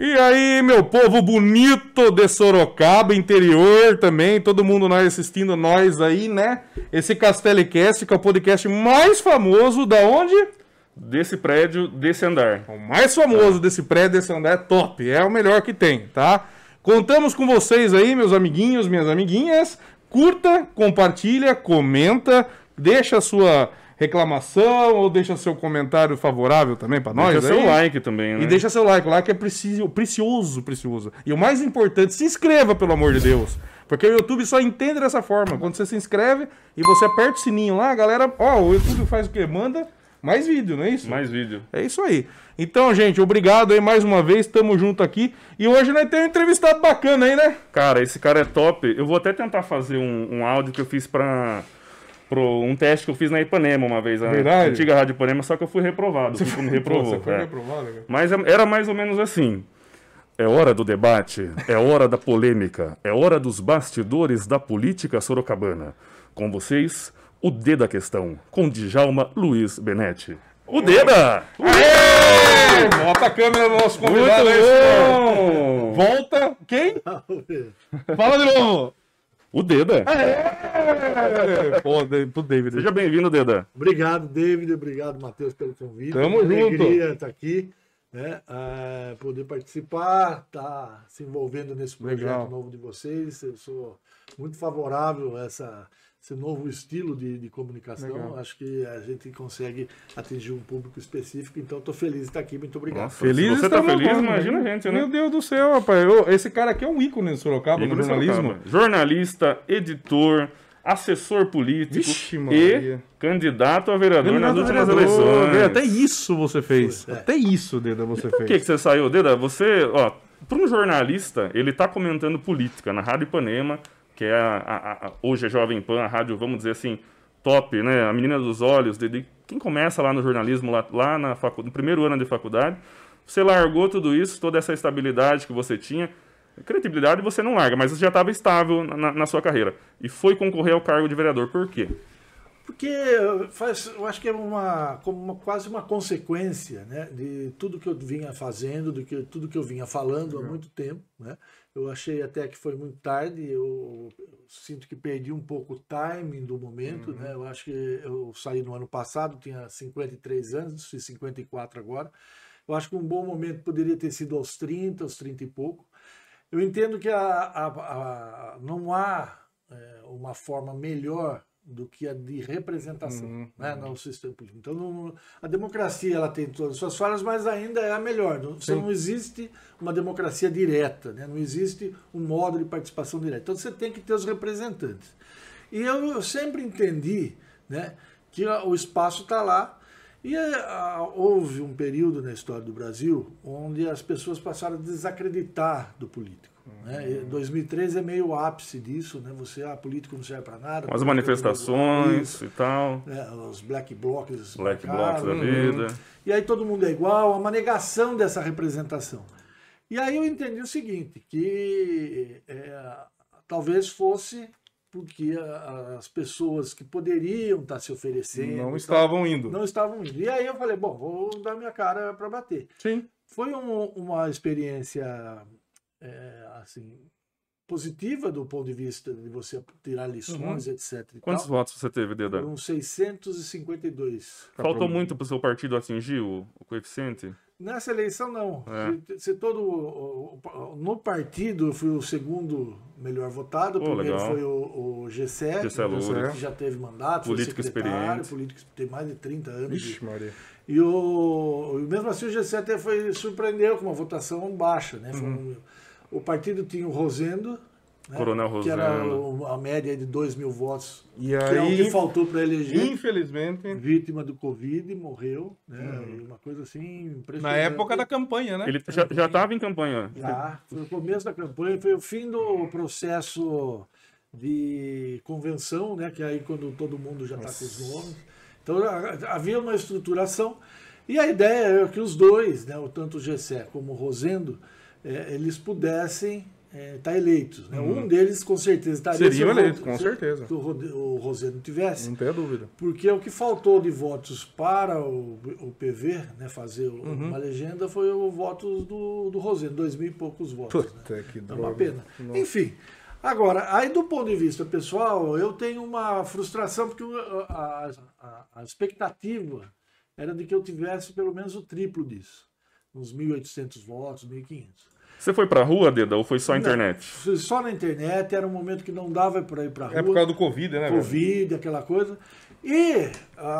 E aí, meu povo bonito de Sorocaba, interior também, todo mundo nós assistindo nós aí, né? Esse Castelicast, que é o podcast mais famoso da onde? Desse prédio, desse andar. O mais famoso desse prédio, desse andar, é top, é o melhor que tem, tá? Contamos com vocês aí, meus amiguinhos, minhas amiguinhas. Curta, compartilha, comenta, deixa a sua reclamação ou deixa seu comentário favorável também pra nós. Deixa seu like também, né? E deixa seu like, o like é precioso. E o mais importante, se inscreva, pelo amor de Deus. Porque o YouTube só entende dessa forma. Quando você se inscreve e você aperta o sininho lá, a galera... o YouTube faz o quê? Manda mais vídeo, não é isso? Mais vídeo. É isso aí. Então, gente, obrigado aí mais uma vez, tamo junto aqui. E hoje nós temos um entrevistado bacana aí, né? Cara, esse cara é top. Eu vou até tentar fazer um áudio que eu fiz um teste que eu fiz na Ipanema uma vez, a antiga Rádio Ipanema, só que eu fui reprovado. Me reprovou. Você foi reprovado, cara? Mas era mais ou menos assim. É hora do debate, é hora da polêmica, é hora dos bastidores da política sorocabana. Com vocês, o D da Questão, com Djalma Luiz Benetti. O Deda! Aê! Bota a câmera do nosso convidado aí. Bom. Volta. Quem? Fala de novo. O Deda. Pô, pro David. Seja bem-vindo, Deda. Obrigado, David. Obrigado, Matheus, pelo convite. Tamo junto. Alegria estar aqui, né? Poder participar, estar se envolvendo nesse projeto novo de vocês. Eu sou muito favorável a esse novo estilo de comunicação. Legal. Acho que a gente consegue atingir um público específico. Então, estou feliz de estar aqui. Muito obrigado. Nossa, feliz, você tá feliz, imagina a gente, né? Meu Deus do céu, rapaz. Esse cara aqui é um ícone em Sorocaba, no jornalismo. Jornalista, editor, assessor político. Vixe, e candidato a vereador nas últimas eleições. Até isso você fez. Até isso, Deda, você fez. Por que você saiu, Deda? Você, para um jornalista, ele tá comentando política na Rádio Ipanema, que é hoje é Jovem Pan, a rádio, vamos dizer assim, top, né? A menina dos olhos, quem começa lá no jornalismo, lá no primeiro ano de faculdade, você largou tudo isso, toda essa estabilidade que você tinha, credibilidade você não larga, mas você já estava estável na sua carreira, e foi concorrer ao cargo de vereador. Por quê? Porque eu acho que é quase uma consequência, né, de tudo que eu vinha fazendo, tudo que eu vinha falando há muito tempo, né? Eu achei até que foi muito tarde, eu sinto que perdi um pouco o timing do momento, né? Eu acho que eu saí no ano passado, tinha 53 anos, fiz 54 agora. Eu acho que um bom momento poderia ter sido aos 30 e pouco. Eu entendo que não há uma forma melhor do que a de representação, né, no sistema político. Então, a democracia ela tem todas as suas falhas, mas ainda é a melhor. Não existe uma democracia direta, né? Não existe um modo de participação direta. Então, você tem que ter os representantes. E eu sempre entendi, né, que o espaço está lá. E houve um período na história do Brasil onde as pessoas passaram a desacreditar do político. Né? 2013 é meio o ápice disso, né? Político não serve para nada. Com as manifestações e tal. Os black blocs. Black blocs da vida. E aí todo mundo é igual, uma negação dessa representação. E aí eu entendi o seguinte, que talvez fosse porque as pessoas que poderiam estar se oferecendo... Não estavam indo. Não estavam indo. E aí eu falei, bom, vou dar minha cara para bater. Sim. Foi uma experiência... assim, positiva do ponto de vista de você tirar lições, etc. Quantos votos você teve, Deda? Foram 652. Faltou muito para o seu partido atingir o coeficiente? Nessa eleição, não. No partido, eu fui o segundo melhor votado. O primeiro legal. foi o Gessé, que já teve mandato, político experiente. Político tem mais de 30 anos. Ixi, Maria. E mesmo assim o Gessé até surpreendeu com uma votação baixa, né? O partido tinha o Rosendo, né? Coronel Rosendo, que era a média de 2.000 votos, E que aí, é o que faltou para eleger. infelizmente, Vítima do Covid, morreu, né? Uma coisa assim impressionante. na época da campanha, né? Ele já estava em campanha. Foi o começo da campanha, foi o fim do processo de convenção, né? Que é aí quando todo mundo já está com os nomes. Então havia uma estruturação e a ideia é que os dois, né? Tanto o Gessé como o Rosendo, eles pudessem estar eleitos. Né? Um deles, com certeza, estaria Seriam eleitos, com certeza. Se o Rosendo não tivesse. Não tenha dúvida. Porque o que faltou de votos para o PV, né, fazer uma legenda, foi o voto do Rosendo, 2.000 e poucos votos. Puta, né? que É droga. uma pena. Nossa. Enfim, agora, aí do ponto de vista pessoal, eu tenho uma frustração, porque a expectativa era de que eu tivesse pelo menos o triplo disso. Uns 1.800 votos, 1.500. Você foi pra rua, Deda, ou foi só a internet? Não, só na internet, era um momento que não dava para ir para rua. É por causa do Covid, né, velho? Covid, aquela coisa. E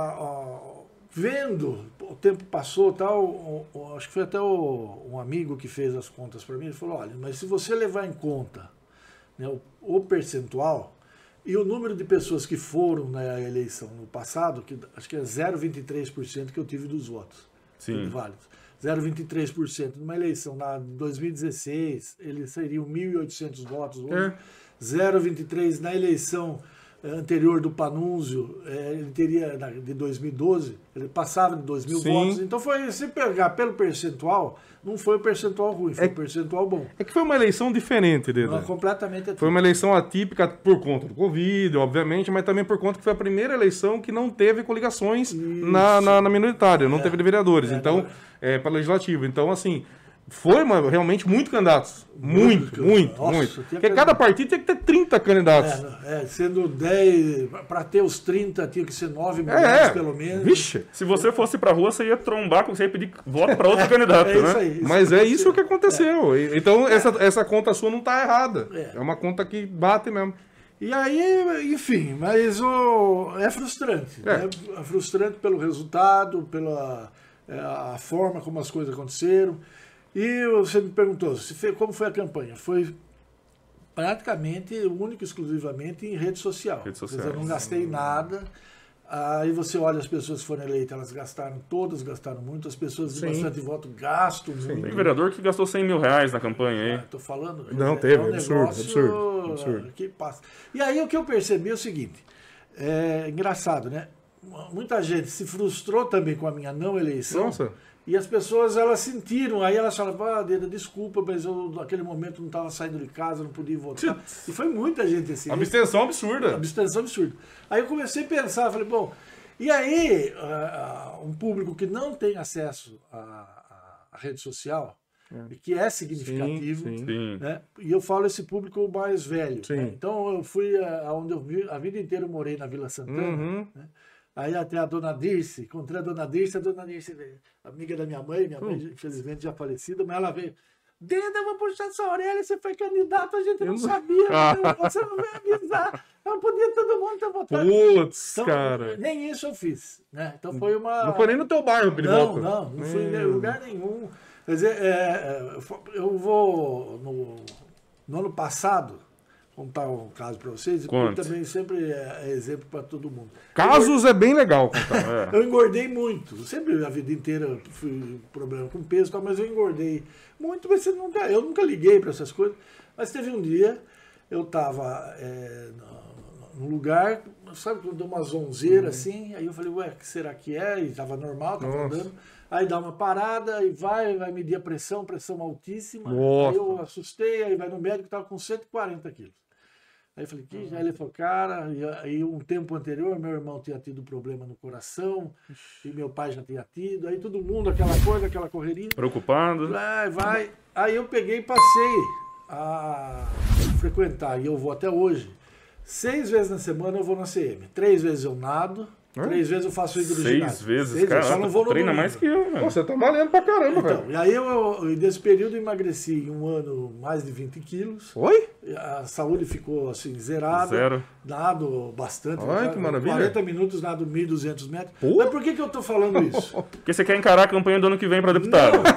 vendo, o tempo passou, tal, acho que foi até um amigo que fez as contas para mim, ele falou, olha, mas se você levar em conta, né, o percentual e o número de pessoas que foram na eleição no passado, que acho que é 0,23% que eu tive dos votos. Sim. Válidos. 0,23%. Numa eleição na 2016, eles seriam 1.800 votos. Hoje, 0,23% na eleição anterior do Panunzio, ele teria, de 2012, ele passava de 2.000 votos. Então, se pegar pelo percentual, não foi um percentual ruim, foi um percentual bom. É que foi uma eleição diferente, Deda. Não, completamente atípica. Foi uma eleição atípica por conta do Covid, obviamente, mas também por conta que foi a primeira eleição que não teve coligações na minoritária, não teve de vereadores, então, para legislativo. Então, assim, foi realmente muito candidatos. Muito. Porque cada partido tinha que ter 30 candidatos. Sendo 10, para ter os 30, tinha que ser 9 mulheres, pelo menos. Vixe. Se você fosse pra rua, você ia trombar, você ia pedir voto pra outro candidato, né? Isso aí, Mas é isso que aconteceu. Então, essa conta sua não está errada. É uma conta que bate mesmo. E aí, enfim, mas é frustrante. Né? É frustrante pelo resultado, pela a forma como as coisas aconteceram. E você me perguntou, como foi a campanha? Foi praticamente, único e exclusivamente em rede social. Eu não gastei nada. Aí você olha as pessoas que foram eleitas, elas todas gastaram muito. As pessoas de bastante voto gastam muito. Tem vereador que gastou 100 mil reais na campanha, hein? Tô falando. Não, teve, absurdo. Que passa. E aí o que eu percebi é o seguinte, engraçado, né? Muita gente se frustrou também com a minha não eleição. Nossa. E as pessoas, elas sentiram, aí elas falavam, Deda, desculpa, mas eu naquele momento não estava saindo de casa, não podia votar. E foi muita gente assim. Abstenção absurda. Abstenção absurda. Aí eu comecei a pensar, falei, bom, e aí um público que não tem acesso à rede social, que é significativo, né? E eu falo esse público mais velho. Né? Então eu fui aonde a vida inteira eu morei na Vila Santana, né? Aí até a dona Dirce, encontrei a dona Dirce veio, amiga da minha mãe infelizmente já falecida, mas ela veio, Deda, eu vou puxar sua orelha, você foi candidato, a gente não sabia, você não veio avisar, não podia todo mundo ter votado. Putz, então, cara. Nem isso eu fiz, né? Então foi uma... Não foi nem no teu bairro, Pedro. Não fui em lugar nenhum. Quer dizer, eu vou, no ano passado, contar um caso para vocês, porque também sempre é exemplo para todo mundo. Casos é bem legal contar. Eu engordei muito. Sempre a vida inteira fui problema com peso, e tal, mas eu engordei muito, mas eu nunca liguei para essas coisas. Mas teve um dia, eu estava num lugar, sabe, quando deu uma zonzeira assim, aí eu falei, ué, o que será que é? E estava normal, estava andando. Aí dá uma parada e vai medir a pressão altíssima. Aí eu assustei, aí vai no médico, estava com 140 quilos. Aí eu falei, aí ele falou, cara, e aí um tempo anterior, meu irmão tinha tido problema no coração, e meu pai já tinha tido, aí todo mundo, aquela coisa, aquela correria. Preocupado. Vai. Aí eu peguei e passei a frequentar, e eu vou até hoje, 6 vezes na semana eu vou na CM. 3 vezes eu nado, 3 vezes eu faço hidroginásio. 6 vezes, cara. Só não vou no treina domingo. mais que eu, velho. Você tá malhando pra caramba, velho. E aí eu, nesse período, eu emagreci em um ano mais de 20 quilos. Oi? A saúde ficou assim, zerada. Zero. Nado bastante. Ai, que maravilha. 40 minutos, nado 1.200 metros. Mas por que eu tô falando isso? Porque você quer encarar a campanha do ano que vem pra deputado. Não,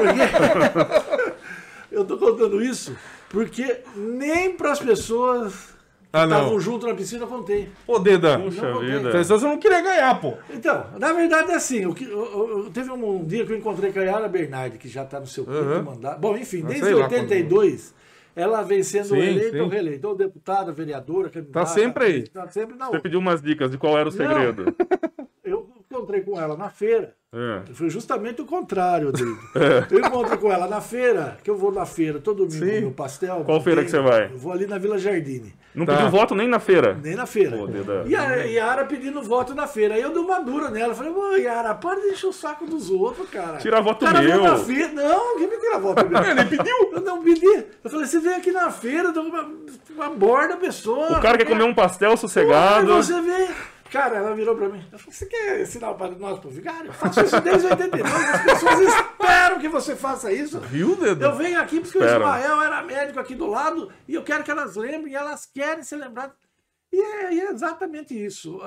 porque eu tô contando isso porque nem para as pessoas que estavam junto na piscina eu contei. Ô, Deda. Puxa vida. Então você não queria ganhar, pô. Então, na verdade é assim, teve um dia que eu encontrei com a Yara Bernardi, que já está no seu quinto mandato. Bom, enfim, desde 82, ela vem sendo eleita ou reeleita, ou deputada, vereadora, candidata. Tá sempre aí. Tá sempre na Você outra. pediu umas dicas de qual era o segredo. Eu encontrei com ela na feira, Foi justamente o contrário dele. Eu encontro com ela na feira, que eu vou na feira todo domingo comer o pastel. Qual feira que você vai? Eu vou ali na Vila Jardine. Não pediu voto nem na feira? Nem na feira. Pô, E a Yara pedindo voto na feira. Aí eu dei uma dura nela. Falei, pô, Yara, para de encher o saco dos outros, cara. Tira voto cara meu. Na feira. Não, quem me tira voto meu? Ele pediu. Eu não pedi. Eu falei, você vem aqui na feira, aborda a pessoa. O cara quer comer um pastel sossegado. Pô, você vem... Cara, ela virou pra mim. Ela falou, você quer ensinar para nós pro vigário? Eu faço isso desde 89. As pessoas esperam que você faça isso. Viu, Dedo? Eu venho aqui porque o Ismael era médico aqui do lado e eu quero que elas lembrem e elas querem ser lembradas. E é exatamente isso.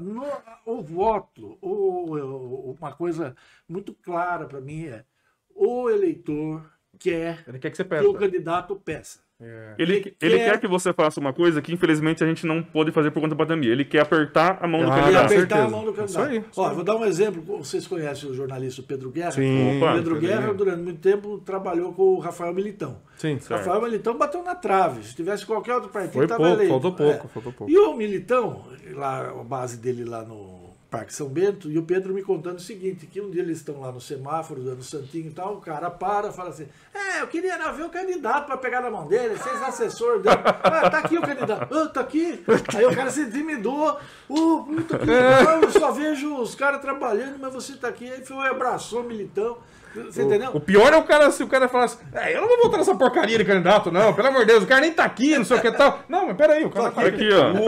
O voto, uma coisa muito clara para mim é o eleitor quer Ele quer que você que peça. o candidato peça. Ele quer que você faça uma coisa que infelizmente a gente não pôde fazer por conta da pandemia. Ele quer apertar a mão do E candidato. apertar certeza. a mão do candidato. Isso aí. Ó, vou dar um exemplo. Vocês conhecem o jornalista Pedro Guerra? Sim. Opa, O Pedro Guerra, durante muito tempo, trabalhou com o Rafael Militão. Sim. O Rafael Militão bateu na trave. Se tivesse qualquer outro partido, Foi estava pouco, eleito. faltou pouco. E o Militão, lá, a base dele lá no Parque São Bento, e o Pedro me contando o seguinte, que um dia eles estão lá no semáforo, dando santinho e tal, o cara fala assim, eu queria ver o candidato para pegar na mão dele, vocês assessor dele, tá aqui o candidato, tá aqui. Aí o cara se intimidou, muito aqui, eu só vejo os caras trabalhando, mas você tá aqui. Aí foi, abraçou o Militão. Você entendeu? O pior é o cara, se o cara falar assim, eu não vou votar nessa porcaria de candidato, não, pelo amor de Deus, o cara nem tá aqui, não sei o que tal. Não, mas peraí, o cara tá Aqui,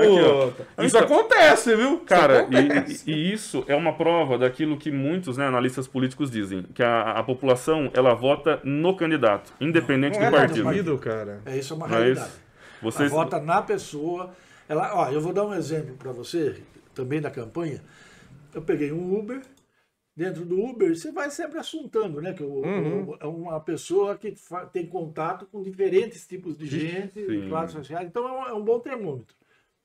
ó. Isso acontece, viu? Cara, e isso é uma prova daquilo que muitos, né, analistas políticos dizem, que a população, ela vota no candidato, independente do partido. Cara. Isso é uma Mas realidade. vocês... Ela vota na pessoa. Eu vou dar um exemplo para você, também da campanha. Eu peguei um Uber. Dentro do Uber, você vai sempre assuntando, né? Que é uma pessoa que tem contato com diferentes tipos de gente, de classes sociais. Então é um bom termômetro.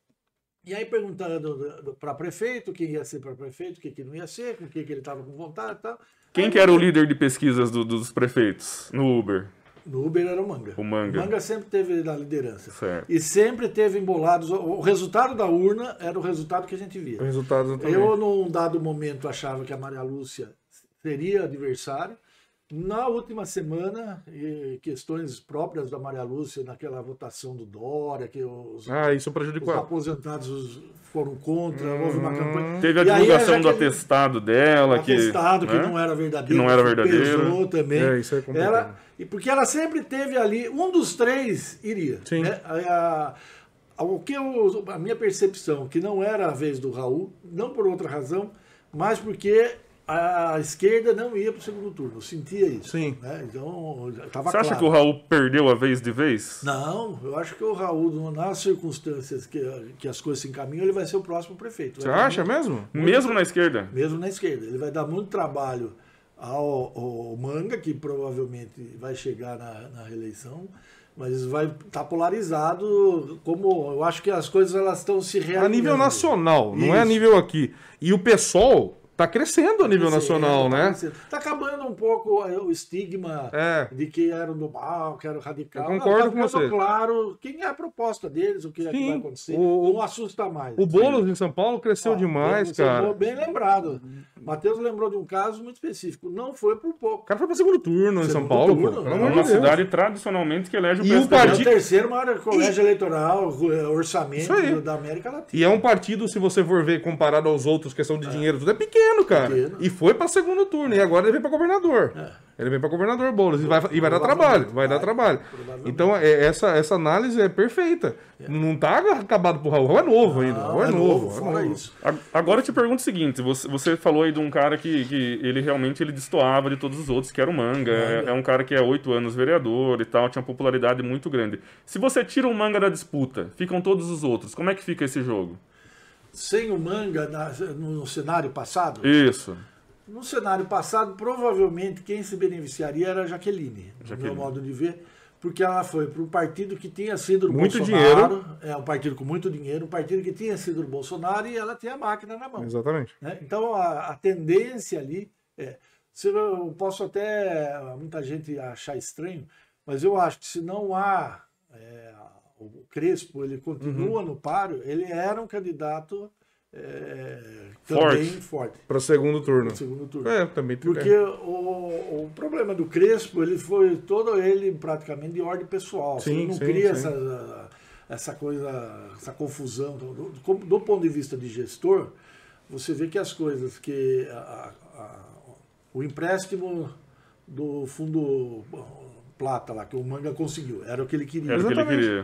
E aí perguntando para prefeito, quem ia ser para prefeito, o que não ia ser, com o que ele estava com vontade e tal. Quem que era o líder de pesquisas dos prefeitos no Uber? No Uber era o Manga. O Manga. O Manga sempre teve na liderança. Certo. E sempre teve embolados. O resultado da urna era o resultado que a gente via. O resultado também. Eu, num dado momento, achava que a Maria Lúcia seria adversária. Na última semana, questões próprias da Maria Lúcia, naquela votação do Dória, que isso os prejudicou. aposentados foram contra, houve uma campanha. Teve a divulgação do atestado dela. Atestado que né? não era verdadeiro. Que não era verdadeiro. Pesou também. Isso é complicado. Porque ela sempre teve ali, um dos três iria. Sim. Né? A minha percepção, que não era a vez do Raul, não por outra razão, mas porque a esquerda não ia para o segundo turno. Eu sentia isso. Sim. Né? Então, estava Você claro. acha que o Raul perdeu a vez de vez? Não, eu acho que o Raul, nas circunstâncias que as coisas se encaminham, ele vai ser o próximo prefeito. Você acha mesmo? Mesmo na esquerda? Mesmo na esquerda. Ele vai dar muito trabalho ao Manga, que provavelmente vai chegar na reeleição, mas vai estar polarizado, como eu acho que as coisas elas estão se realizando. A nível nacional, não é a nível aqui. E o PSOL tá crescendo a nível nacional, né? Tá acabando um pouco o estigma de que era do mal, que era o radical. Eu concordo com você. Claro, quem é a proposta deles, o que é que vai acontecer, não assusta mais. O Boulos em São Paulo cresceu demais, cara. Bem lembrado. Matheus lembrou de um caso muito específico. Não foi por pouco. O cara foi para segundo turno em São Paulo. Turno, pelo É amor de uma Deus. cidade tradicionalmente que elege o E PSDB. o É o partido- terceiro maior colégio eleitoral, orçamento Isso aí. da América Latina. E é um partido, se você for ver comparado aos outros, questão de dinheiro, tudo é pequeno, cara. Pequeno. E foi para segundo turno. E agora ele vem para governador. Ele vem para governador Boulos. E vai dar trabalho. Vai dar trabalho. Então, essa análise é perfeita. Não tá acabado pro Raul. O Raul é novo ainda. O Raul é novo. Fora isso. Agora eu te pergunto o seguinte, você falou aí de um cara que ele realmente destoava de todos os outros, que era o Manga. É um cara que é 8 anos vereador e tal, tinha popularidade muito grande. Se você tira o Manga da disputa, ficam todos os outros. Como é que fica esse jogo? Sem o Manga no cenário passado, Isso. no cenário passado, provavelmente quem se beneficiaria era a Jaqueline, do meu modo de ver, porque ela foi para um partido que tinha sido do Muito Bolsonaro, um partido com muito dinheiro, um partido que tinha sido do Bolsonaro e ela tinha a máquina na mão. Exatamente. Né? Então a tendência ali eu posso até muita gente achar estranho, mas eu acho que se não há o Crespo, ele continua no páreo, ele era um candidato também forte. Para o segundo turno. Também. Porque o problema do Crespo, ele foi todo ele praticamente de ordem pessoal. Ele não cria essa coisa, essa confusão. Do ponto de vista de gestor, você vê que as coisas que o empréstimo do fundo Plata lá, que o Manga conseguiu, era o que ele queria. Era o que ele queria.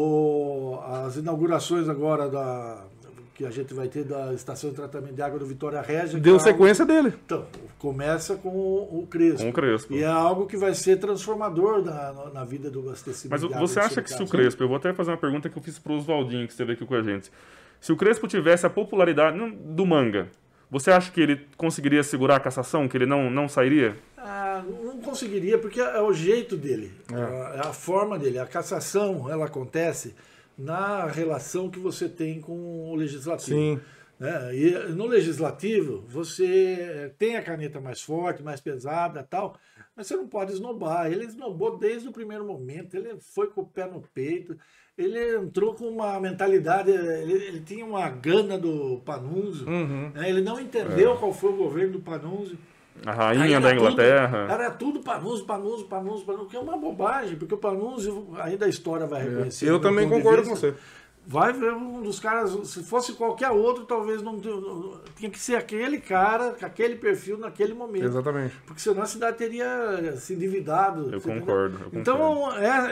As inaugurações agora que a gente vai ter da estação de tratamento de água do Vitória Régia. Deu sequência dele. Então, começa com o Crespo. Com o Crespo. E é algo que vai ser transformador na vida do abastecimento. Mas você acha que se o Crespo, eu vou até fazer uma pergunta que eu fiz para o Oswaldinho, que esteve aqui com a gente. Se o Crespo tivesse a popularidade do Manga, você acha que ele conseguiria segurar a cassação, que ele não sairia? Não conseguiria, porque é o jeito dele, é a forma dele. A cassação, ela acontece na relação que você tem com o legislativo. Sim. Né? E no legislativo, você tem a caneta mais forte, mais pesada e tal, mas você não pode esnobar. Ele esnobou desde o primeiro momento, ele foi com o pé no peito, ele entrou com uma mentalidade, ele tinha uma gana do Panunzio, né? Ele não entendeu qual foi o governo do Panunzio. A rainha da Inglaterra. Era tudo Panunzio, que é uma bobagem, porque o Panunzio, ainda a história vai reconhecer. Eu também concordo com você. Vai ver um dos caras, se fosse qualquer outro, talvez não tinha que ser aquele cara, com aquele perfil naquele momento. Exatamente. Porque senão a cidade teria se endividado. Eu concordo. Então,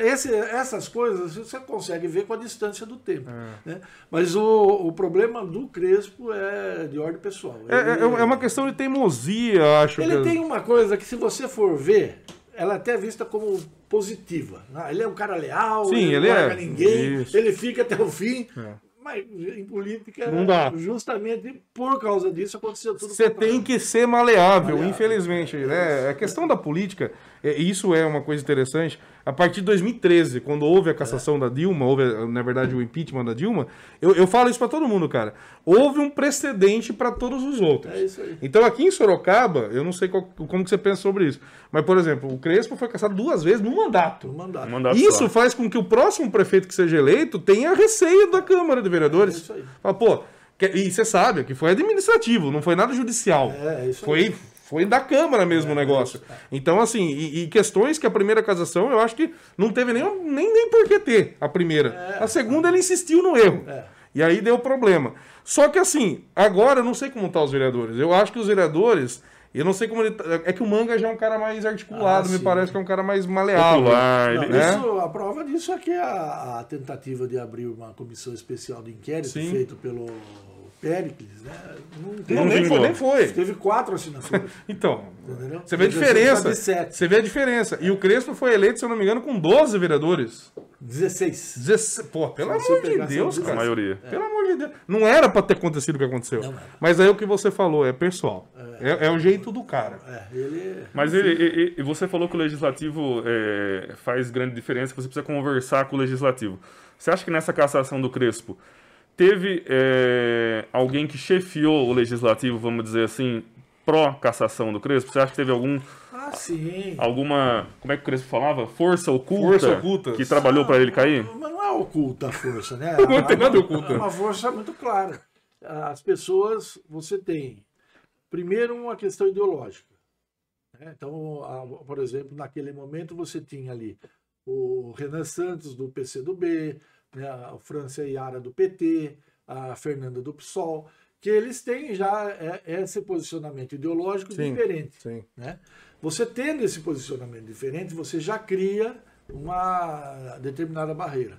essas coisas você consegue ver com a distância do tempo. Né? Mas o problema do Crespo é de ordem pessoal. É uma questão de teimosia, acho. Ele tem uma coisa que, se você for ver, ela é até vista como positiva. Ele é um cara leal, ele não larga ninguém, isso. ele fica até o fim. Mas em política, não dá. Justamente por causa disso, aconteceu tudo. Você tem que ser maleável, infelizmente. Né? A questão da política, isso é uma coisa interessante. A partir de 2013, quando houve a cassação da Dilma, houve, na verdade, o impeachment da Dilma, eu falo isso pra todo mundo, cara. Houve um precedente para todos os outros. É isso aí. Então, aqui em Sorocaba, eu não sei como que você pensa sobre isso, mas, por exemplo, o Crespo foi cassado 2 vezes no mandato. Isso faz com que o próximo prefeito que seja eleito tenha receio da Câmara de Vereadores. É isso aí. Fala, e você sabe que foi administrativo, não foi nada judicial. É isso aí. Foi da Câmara mesmo o negócio. Então, assim, e questões que a primeira cassação, eu acho que não teve nem por que ter a primeira. A segunda, ele insistiu no erro. E aí deu problema. Só que, assim, agora eu não sei como estão os vereadores. Eu acho que os vereadores, eu não sei como ele... É que o Manga já é um cara mais articulado, me parece que é um cara mais maleável. A prova disso é que a tentativa de abrir uma comissão especial de inquérito feito pelo Péricles, né? Nem foi. Teve 4 assinaturas. Então, entendeu? Você vê a diferença. Você vê a diferença. E o Crespo foi eleito, se eu não me engano, com 12 vereadores. 16. Pô, pelo amor de Deus, cara. A maioria. Pelo amor de Deus. Não era pra ter acontecido o que aconteceu. Mas aí o que você falou é pessoal. É o jeito do cara. Mas você falou que o legislativo faz grande diferença, que você precisa conversar com o legislativo. Você acha que nessa cassação do Crespo teve alguém que chefiou o legislativo, vamos dizer assim, pró-cassação do Crespo? Você acha que teve alguma, como é que o Crespo falava? Força oculta que trabalhou para ele cair? Mas não é oculta a força, né? Não tem nada oculta. É uma força muito clara. As pessoas, você tem, primeiro, uma questão ideológica. Então, por exemplo, naquele momento você tinha ali o Renan Santos, do PCdoB, né, a França Iara, do PT, a Fernanda, do PSOL, que eles têm já esse posicionamento ideológico diferente. Né? Você tendo esse posicionamento diferente, você já cria uma determinada barreira.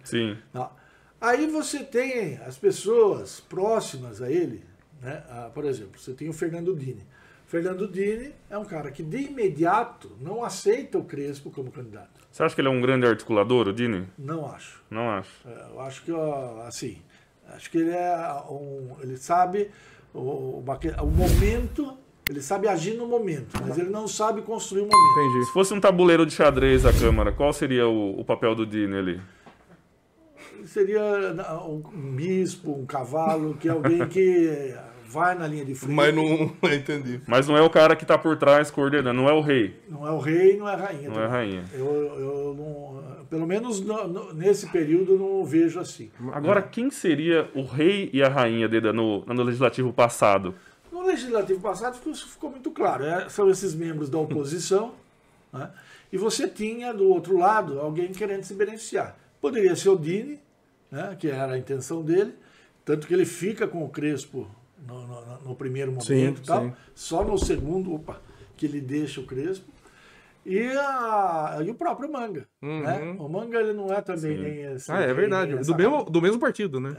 Aí você tem as pessoas próximas a ele, né? Por exemplo, você tem o Fernando Dini. Fernando Dini é um cara que de imediato não aceita o Crespo como candidato. Você acha que ele é um grande articulador, o Dini? Não acho. Não acho. Eu acho que, assim, acho que ele sabe o momento, ele sabe agir no momento, mas ele não sabe construir o momento. Entendi. Se fosse um tabuleiro de xadrez da Câmara, qual seria o papel do Dini ali? Seria um bispo, um cavalo, que é alguém que vai na linha de frente. Mas não entendi. Mas não é o cara que tá por trás coordenando, não é o rei. Não é o rei, não é a rainha. Não é a rainha. Eu não, pelo menos nesse período eu não vejo assim. Agora, quem seria o rei e a rainha no legislativo passado? No legislativo passado ficou muito claro. São esses membros da oposição, né? E você tinha, do outro lado, alguém querendo se beneficiar. Poderia ser o Dini, né, que era a intenção dele, tanto que ele fica com o Crespo no primeiro momento, Sim, e tal, sim. só no segundo, que ele deixa o Crespo, e o próprio Manga. Né? O Manga ele não é também nem esse. É verdade. Do mesmo partido, né?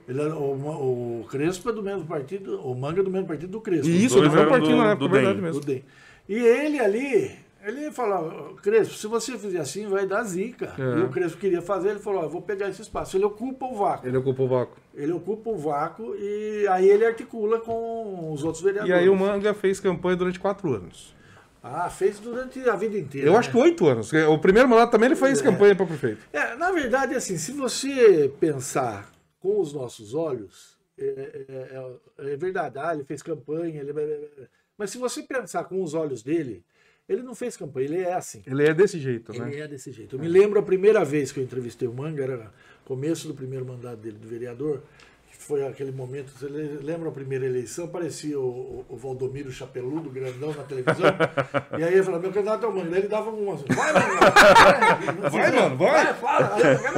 O Crespo é do mesmo partido, o Manga é do mesmo partido do Crespo. Isso, dois do mesmo eram partido na do época, verdade DEM. mesmo. Do DEM. E ele ali, ele falou, Crespo, se você fizer assim, vai dar zica. E o Crespo queria fazer, ele falou, eu vou pegar esse espaço. Ele ocupa o vácuo. Ele ocupou o vácuo. Ele ocupa o vácuo e aí ele articula com os outros vereadores. E aí o Manga fez campanha durante 4 anos. Fez durante a vida inteira. Eu acho que 8 anos. O primeiro mandato também ele fez campanha para prefeito. Na verdade, assim, se você pensar com os nossos olhos, é verdade, ele fez campanha, mas se você pensar com os olhos dele, ele não fez campanha, ele é assim. Ele é desse jeito, né? Ele é desse jeito. Eu me lembro a primeira vez que eu entrevistei o Manga, era começo do primeiro mandato dele, do vereador, que foi aquele momento, você lembra a primeira eleição, aparecia o Valdomiro Chapeludo, grandão na televisão, e aí ele falava, meu candidato é o Manga, daí ele dava um assim, vai, Manga, Vai, mano, vai. fala.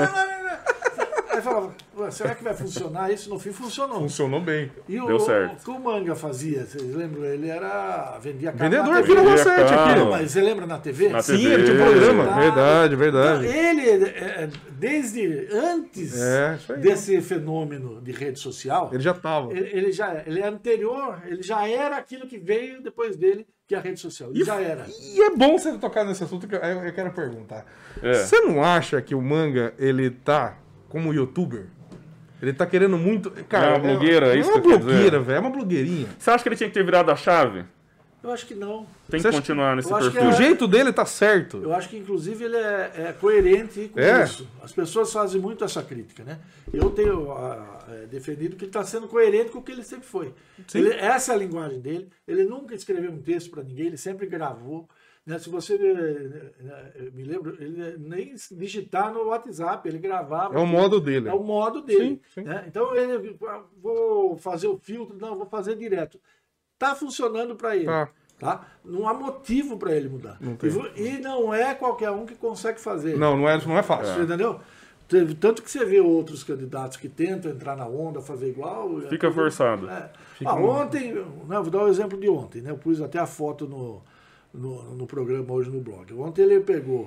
Aí falava, será que vai funcionar isso? No fim funcionou. Funcionou bem. E Deu certo. O que o Manga fazia, vocês lembram? Ele vendia carro Vendedor na aqui TV. no Vendia Rosete carro. aqui. Não, mas você lembra na TV? Na Sim, TV. ele tinha um programa. Tá. Verdade. Então, ele, desde antes Isso aí. desse fenômeno de rede social, Ele já tava. ele é anterior, ele já era aquilo que veio depois dele, que é a rede social. Ele já era. E é bom você tocar nesse assunto que eu quero perguntar. É. Você não acha que o Manga, ele tá como youtuber? Ele tá querendo muito... Cara, É uma blogueira, é isso é uma que eu quis dizer? blogueira, velho. É uma blogueirinha. Você acha que ele tinha que ter virado a chave? Eu acho que não. Tem Você que acha- continuar nesse eu acho que perfil. O jeito dele tá certo. Eu acho que, inclusive, ele é coerente com isso. As pessoas fazem muito essa crítica, né? Eu tenho defendido que ele está sendo coerente com o que ele sempre foi. Essa é a linguagem dele. Ele nunca escreveu um texto para ninguém, ele sempre gravou. Né? Se você me lembra, ele nem digitar no WhatsApp, ele gravava. É o modo dele. É o modo dele. Sim. Né? Então, ele, vou fazer o filtro, não, vou fazer direto. Está funcionando para ele. Tá? Não há motivo para ele mudar. Não tem. E não é qualquer um que consegue fazer. Não é fácil. Você entendeu? Tanto que você vê outros candidatos que tentam entrar na onda, fazer igual. Fica forçado. Ontem, né, vou dar o exemplo de ontem, né? Eu pus até a foto no programa hoje no blog. Ontem ele pegou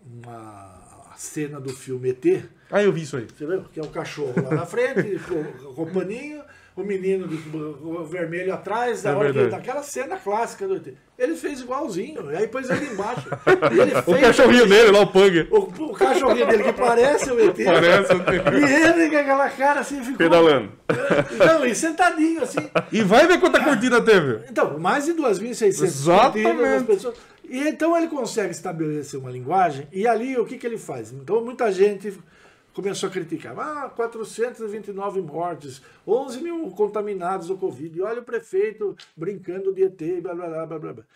a cena do filme ET. Ah, eu vi isso aí. Você viu? Que é o cachorro lá na frente, com o paninho, o menino do vermelho atrás, daquela cena clássica do ET. Ele fez igualzinho, e aí pôs ele embaixo. E ele O fez cachorrinho dele lá, o Pug. o cachorrinho dele que parece o ET. Parece o E ele com aquela cara assim ficou. Pedalando. Não, e sentadinho assim. E vai ver quanta curtida teve. Então, mais de 2.600 Exatamente. curtidas das pessoas. E então ele consegue estabelecer uma linguagem, e ali o que ele faz? Então muita gente começou a criticar. 429 mortes, 11 mil contaminados do Covid, e olha o prefeito brincando de ET, blá, blá, blá, blá, blá.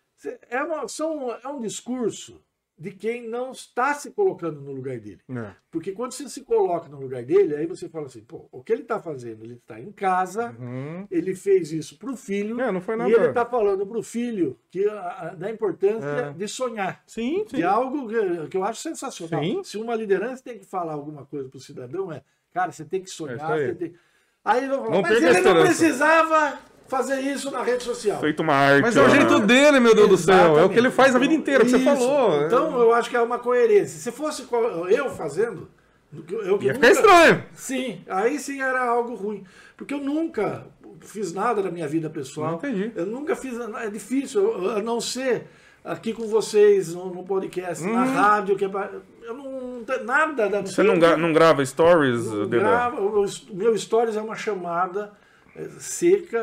É um discurso de quem não está se colocando no lugar dele. Porque quando você se coloca no lugar dele, aí você fala assim, pô, o que ele está fazendo? Ele está em casa, ele fez isso para o filho, Não foi nada. e ele está falando para o filho da importância de sonhar. Sim. Que é algo que eu acho sensacional. Sim. Se uma liderança tem que falar alguma coisa para o cidadão, cara, você tem que sonhar. isso aí. Você tem... Aí eu vou falar, Não mas perca a ele não esperança. precisava fazer isso na rede social. Feito uma arte. Mas é o lá. jeito dele, meu Deus do céu. É o Exatamente. que ele faz a vida inteira, que você Isso. falou. Então eu acho que é uma coerência. Se fosse eu fazendo, Ia ficar estranho. Sim, aí sim era algo ruim. Porque eu nunca fiz nada na minha vida pessoal. Não entendi. Eu nunca fiz. É difícil, a não ser aqui com vocês, no podcast, na rádio, eu não tenho nada da Você não grava stories, Dedé? gravo, o meu stories é uma chamada seca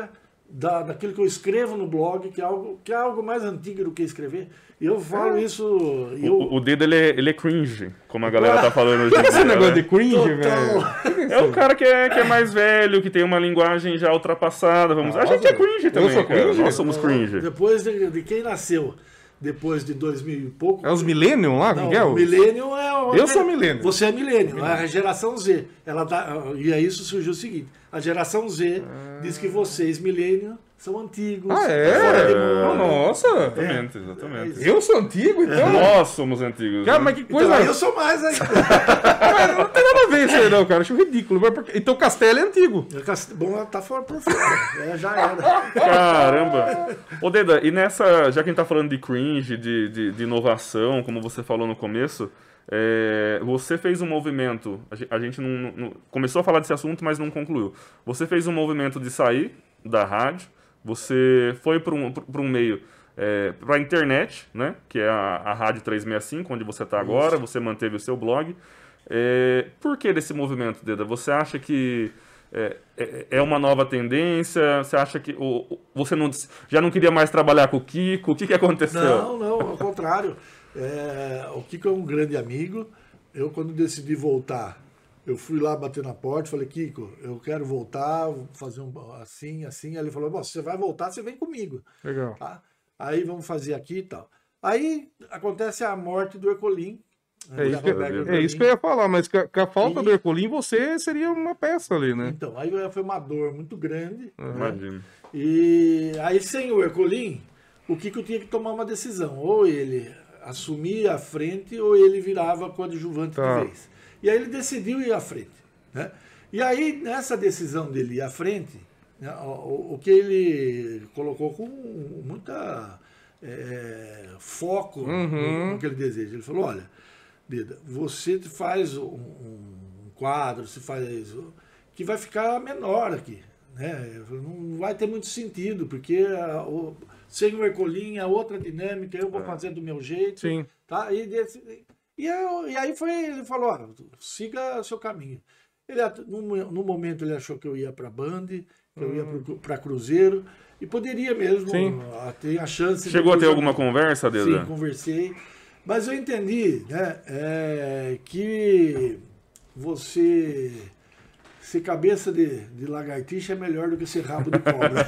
daquilo que eu escrevo no blog, que é algo mais antigo do que escrever. E eu falo isso... O dedo, ele é cringe, como a galera tá falando hoje em dia. Esse negócio né? de cringe, Total. velho. É o cara que é mais velho, que tem uma linguagem já ultrapassada, vamos dizer. A gente é cringe também, sou cara. cringe? Nós somos cringe. Depois de quem nasceu depois de 2000 e pouco... É os Millennium lá? Não, Como que é? o Millennium é... Eu sou Millennium. Você é Millennium, é a geração Z. E aí isso surgiu o seguinte, a geração Z diz que vocês, Millennium, são antigos. Ah, é? fora de moda. Nossa. Exatamente, exatamente. Eu sou antigo, então? Nós somos antigos. Cara, né? mas que Então, coisa... aí eu sou mais ainda. Mas não tem nada a ver isso aí não, cara. Acho ridículo. Então o Castelo é antigo. Bom, tá fora por fora. Já era. Caramba! Ô, Deda, e nessa, já que a gente tá falando de cringe, de inovação, como você falou no começo, você fez um movimento, a gente não começou a falar desse assunto, mas não concluiu. Você fez um movimento de sair da rádio, você foi para um meio, para a internet, né, que é a Rádio 365, onde você está agora, você manteve o seu blog. Por que desse movimento, Deda? Você acha que é uma nova tendência? Você acha que você já não queria mais trabalhar com o Kiko? O que aconteceu? Não, ao contrário. O Kiko é um grande amigo. Eu, quando decidi voltar, eu fui lá bater na porta, falei, Kiko, eu quero voltar, fazer assim, assim. Aí ele falou, se você vai voltar, você vem comigo. Legal. Tá? Aí vamos fazer aqui e tal. Aí acontece a morte do Ercolim. É isso que eu ia falar, mas com a falta do Ercolim, você seria uma peça ali, né? Então, aí foi uma dor muito grande. Imagino. E aí, sem o Ercolim, o Kiko tinha que tomar uma decisão. Ou ele assumia a frente, ou ele virava coadjuvante de vez. E aí ele decidiu ir à frente. Né? E aí, nessa decisão dele ir à frente, né, o que ele colocou com muita foco no que ele deseja. Ele falou, olha, Deda, você faz um quadro, você faz que vai ficar menor aqui. Né? Não vai ter muito sentido, porque sem o Ercolim é outra dinâmica, eu vou fazer do meu jeito. Sim. Tá? E aí ele falou, ó, siga seu caminho. No momento ele achou que eu ia para Band, que eu ia para Cruzeiro, e poderia mesmo ter a chance... Chegou a ter alguma conversa, Deda? Sim, conversei. Mas eu entendi, né, que você... Ser cabeça de lagartixa é melhor do que ser rabo de cobra.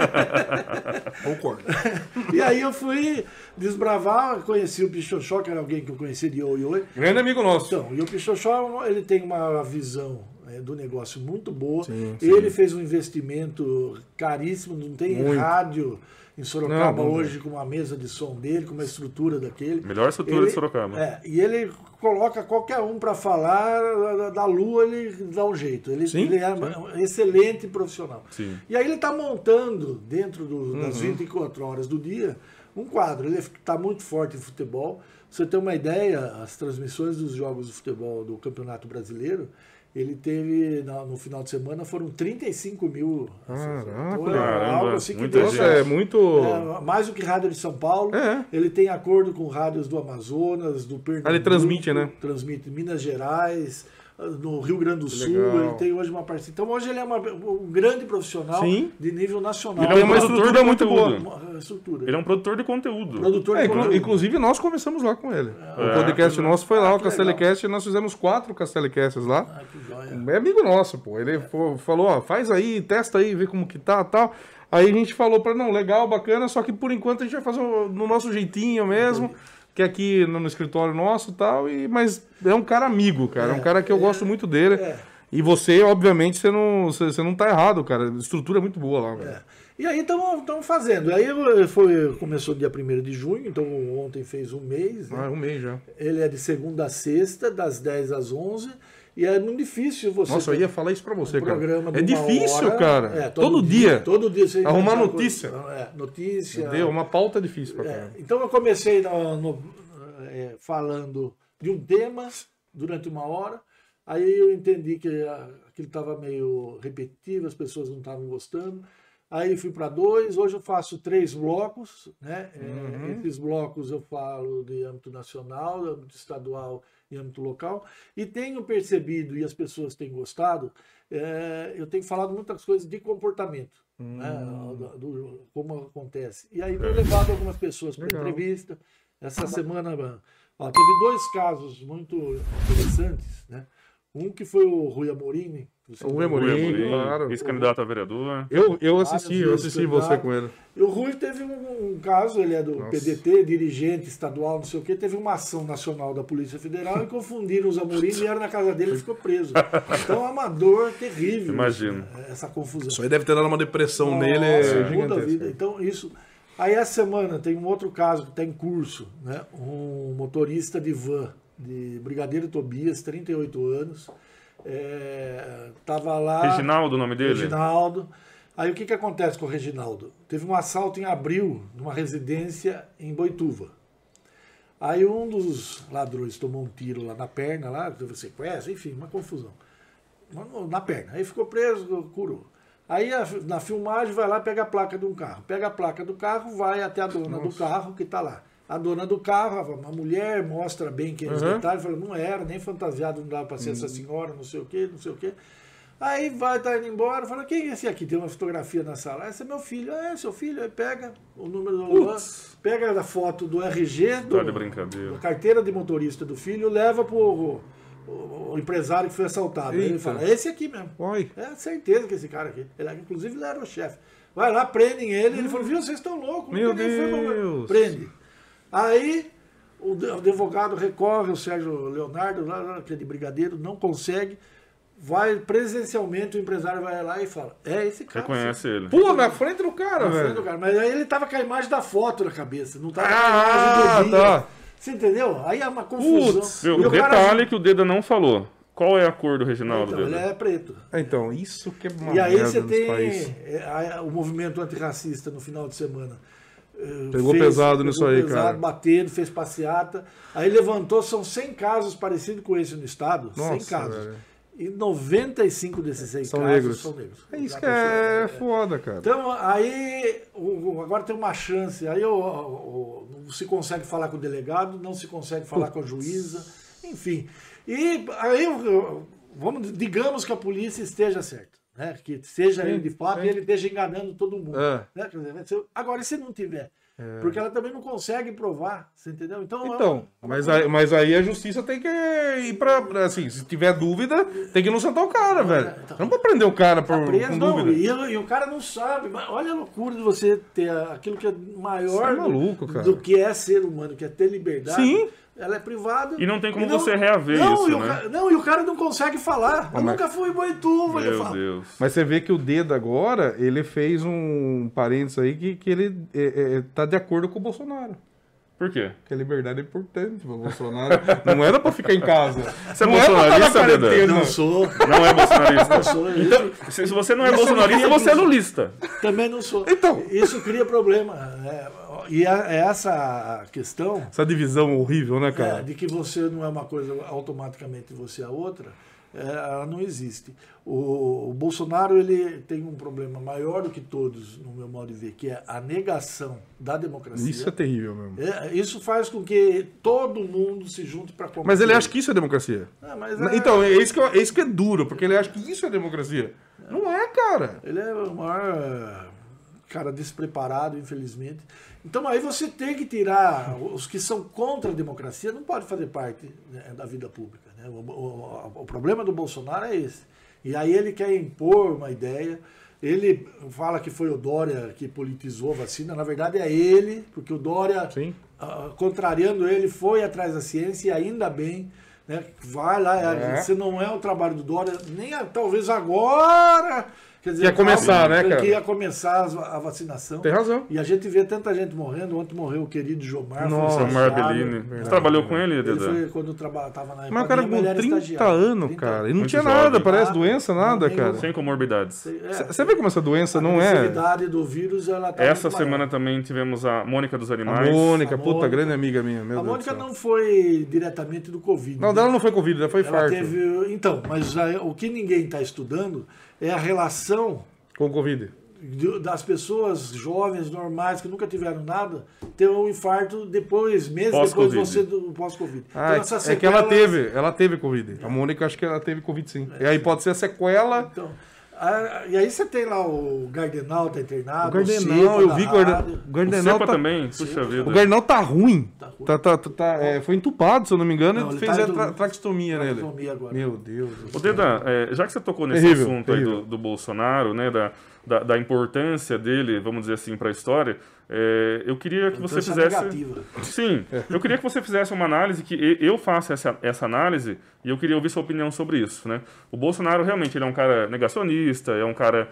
Concordo. E aí eu fui desbravar, conheci o Pichoxó, que era alguém que eu conhecia de oi. Grande amigo nosso. Então, e o Pichoxó, ele tem uma visão do negócio muito boa. Sim. Ele fez um investimento caríssimo, não tem rádio em Sorocaba hoje com uma mesa de som dele, com uma estrutura daquele. Melhor estrutura de Sorocaba. E ele coloca qualquer um para falar da Lua, ele dá um jeito. Ele é um excelente profissional. Sim. E aí ele está montando, dentro das 24 horas do dia, um quadro. Ele está muito forte em futebol. Pra você ter uma ideia, as transmissões dos jogos de futebol do Campeonato Brasileiro, ele teve, no final de semana, foram 35 mil. Caramba, assim que muita gente. É muito... mais do que rádio de São Paulo. Ele tem acordo com rádios do Amazonas, do Pernambuco. Ele transmite, né? Transmite Minas Gerais, no Rio Grande do Sul. Legal. Ele tem hoje uma parceria. Então hoje ele é um grande profissional de nível nacional. Ele é uma estrutura muito boa. Ele é um produtor de conteúdo. Inclusive nós conversamos lá com ele. O podcast nosso foi lá, o Castelecast, e nós fizemos 4 Castelecasts lá. Que joia. É amigo nosso, pô. Ele falou, ó, faz aí, testa aí, vê como que tá e tal. Aí a gente falou pra, não, legal, bacana, só que por enquanto a gente vai fazer no nosso jeitinho mesmo, que é aqui no escritório nosso e tal, mas é um cara amigo, cara. É um cara que eu gosto muito dele. E você, obviamente, você não tá errado, cara. A estrutura é muito boa lá, velho. E aí estamos fazendo. Aí começou dia 1º de junho, então ontem fez um mês. Né? Um mês já. Ele é de segunda a sexta, das 10 às 11. E é muito difícil você... Nossa, eu ia falar isso pra você, cara. Programa É difícil, hora, cara. Todo dia. Todo dia você arrumar notícia. Notícia. Deu uma pauta difícil pra caramba. Então eu comecei falando de um tema durante uma hora. Aí eu entendi que aquilo estava meio repetitivo, as pessoas não estavam gostando. Aí fui para 2, hoje eu faço 3 blocos, né? Esses blocos eu falo de âmbito nacional, de âmbito estadual e âmbito local. E tenho percebido, e as pessoas têm gostado, eu tenho falado muitas coisas de comportamento. né, como acontece. E aí foi levado algumas pessoas para Legal. entrevista. Essa semana teve 2 casos muito interessantes, né? Um que foi o Rui Amorim. O Rui Amorim, claro. Ex-candidato a vereador. Eu assisti você com ele. E o Rui teve um caso, ele é do PDT, dirigente estadual, não sei o quê, teve uma ação nacional da Polícia Federal e confundiram os Amorim, vieram na casa dele e ficou preso. Então é uma dor terrível. Imagino. Essa confusão. Isso aí deve ter dado uma depressão nele Muda a gigantesca. vida. Então, isso. Aí, essa semana, tem um outro caso que está em curso, né? Um motorista de van, de Brigadeiro Tobias, 38 anos. Estava lá. Reginaldo, o nome dele? Reginaldo. Aí, o que acontece com o Reginaldo? Teve um assalto em abril, numa residência em Boituva. Aí, um dos ladrões tomou um tiro lá na perna, lá, teve sequestro, enfim, uma confusão. Na perna. Aí ficou preso, curou. Aí na filmagem vai lá, pega a placa de um carro. Pega a placa do carro, vai até a dona do carro que está lá. A dona do carro, uma mulher, mostra bem quem é os detalhes, fala, não era, nem fantasiado, não dava para ser essa senhora, não sei o quê, não sei o quê. Aí tá indo embora, fala, quem é esse aqui? Tem uma fotografia na sala. Esse é meu filho. É, seu filho. Aí pega o número do pega a foto do RG, Tá de brincadeira. da carteira de motorista do filho, leva pro o empresário que foi assaltado. Aí ele fala, é esse aqui mesmo. Oi. É certeza que esse cara aqui. Inclusive ele era o chefe. Vai lá, prendem ele. Ele falou, viu, vocês estão loucos. Meu Deus. Prende. Aí o advogado recorre, o Sérgio Leonardo, lá, que é de Brigadeiro, não consegue. Vai presencialmente, o empresário vai lá e fala, é esse cara. Reconhece ele. Pô, na frente do cara, Na frente velho. do cara. Mas aí ele tava com a imagem da foto na cabeça, não tava com a imagem do dia. Tá. Você entendeu? Aí é uma confusão. Putz. Viu, E o cara- detalhe que o Deda não falou. Qual é a cor do Reginaldo, Então, ele Deda? é preto. Então, isso que é uma E aí merda você nesse tem país. o movimento antirracista no final de semana. Pegou pesado nisso aí, cara. Batendo, fez passeata. Aí levantou, são 100 casos parecidos com esse no estado. 100 Nossa, casos. velho. E 95 desses 100 São casos negros. são negros. É isso A que pessoa- é foda, cara. Então, aí, agora tem uma chance. Aí não se consegue falar com o delegado, não se consegue falar com a juíza, enfim. E aí, digamos que a polícia esteja certa, né? Que seja ele de fato e ele esteja enganando todo mundo. É. Né? Quer dizer, agora, e se não tiver? Porque ela também não consegue provar, você entendeu? Então, mas aí a justiça tem que ir pra. Assim, se tiver dúvida, tem que ir no sentar o cara, velho. então. Não pode prender o cara por, tá preso, com não, dúvida. e o cara não sabe. Mas olha a loucura de você ter aquilo que é maior Você é maluco, cara. do que é ser humano, que é ter liberdade. Sim. Ela é privada. E não tem como E você reaver não, isso, e o né? e o cara não consegue falar. Eu nunca fui em Boituva, ele Meu fala. Deus. Mas você vê que o Deda agora, ele fez um parênteses aí que ele tá de acordo com o Bolsonaro. Por quê? Porque a liberdade é importante pro Bolsonaro. Não era pra ficar em casa. Você é Não era pra estar na bolsonarista, Deda? quarentena. Não sou. Não é bolsonarista. Não sou. Então, se você não é Isso eu bolsonarista, queria você é dizer. lulista. Também não sou. Então. Isso cria problema. E é essa a questão. Essa divisão horrível, né, cara? De que você não é uma coisa, automaticamente você é outra, ela não existe. O Bolsonaro ele tem um problema maior do que todos, no meu modo de ver, que é a negação da democracia. Isso é terrível mesmo. Isso faz com que todo mundo se junte para combater. Mas ele acha que isso é democracia. Então, é isso que é duro, porque ele acha que isso é democracia. Não é, cara. Ele é o maior cara despreparado, infelizmente. Então aí você tem que tirar os que são contra a democracia, não pode fazer parte, né, da vida pública. Né? O problema do Bolsonaro é esse. E aí ele quer impor uma ideia. Ele fala que foi o Dória que politizou a vacina. Na verdade é ele, porque o Dória, contrariando ele, foi atrás da ciência e ainda bem. Né? Vai lá, se não é o trabalho do Dória, nem talvez agora. Quer dizer, ia começar, né, cara? Que ia começar a vacinação. Tem razão. E a gente vê tanta gente morrendo. Ontem morreu o querido Jomar. Nossa, Jomar Bellini. Você trabalhou com ele, Ele Deda? foi quando estava na Mas o cara com 30 anos, cara. E não Muito tinha nada, jovem. parece doença, nada, Não, cara. Sem comorbidades. Você vê como essa doença não A é... agressividade do vírus, ela tá Essa muito maior. semana também tivemos a Mônica dos A Animais. Mônica, A puta, Mônica. grande amiga minha, meu A Deus Mônica do céu. não foi diretamente do Covid. Não, dela não foi Covid, ela foi Ela farto. teve. Então, mas o que ninguém está estudando é a relação Com Covid. das pessoas jovens, normais, que nunca tiveram nada, ter um infarto meses depois de você do pós-Covid. Ah, Então, essa é que ela sequela- teve Covid. A Mônica, acho que ela teve Covid sim. E aí pode ser a sequela... Então, E aí você tem lá o Gardenal, tá internado. O Gardenal, eu vi que o Gardenal Cepa tá... também, puxa vida. O Gardenal tá ruim. Tá ruim. Foi entupado, se eu não me engano, Não, e ele fez tá a traqueostomia nele. Traqueostomia agora. Meu Deus do Ô, céu. Deda, já que você tocou nesse Terrível, assunto terrível. aí do Bolsonaro, né, da importância dele, vamos dizer assim, para a história, eu queria que você Importância fizesse... negativa. Sim, eu queria que você fizesse uma análise, que eu faça essa análise, e eu queria ouvir sua opinião sobre isso, né? O Bolsonaro, realmente, ele é um cara negacionista, é um cara,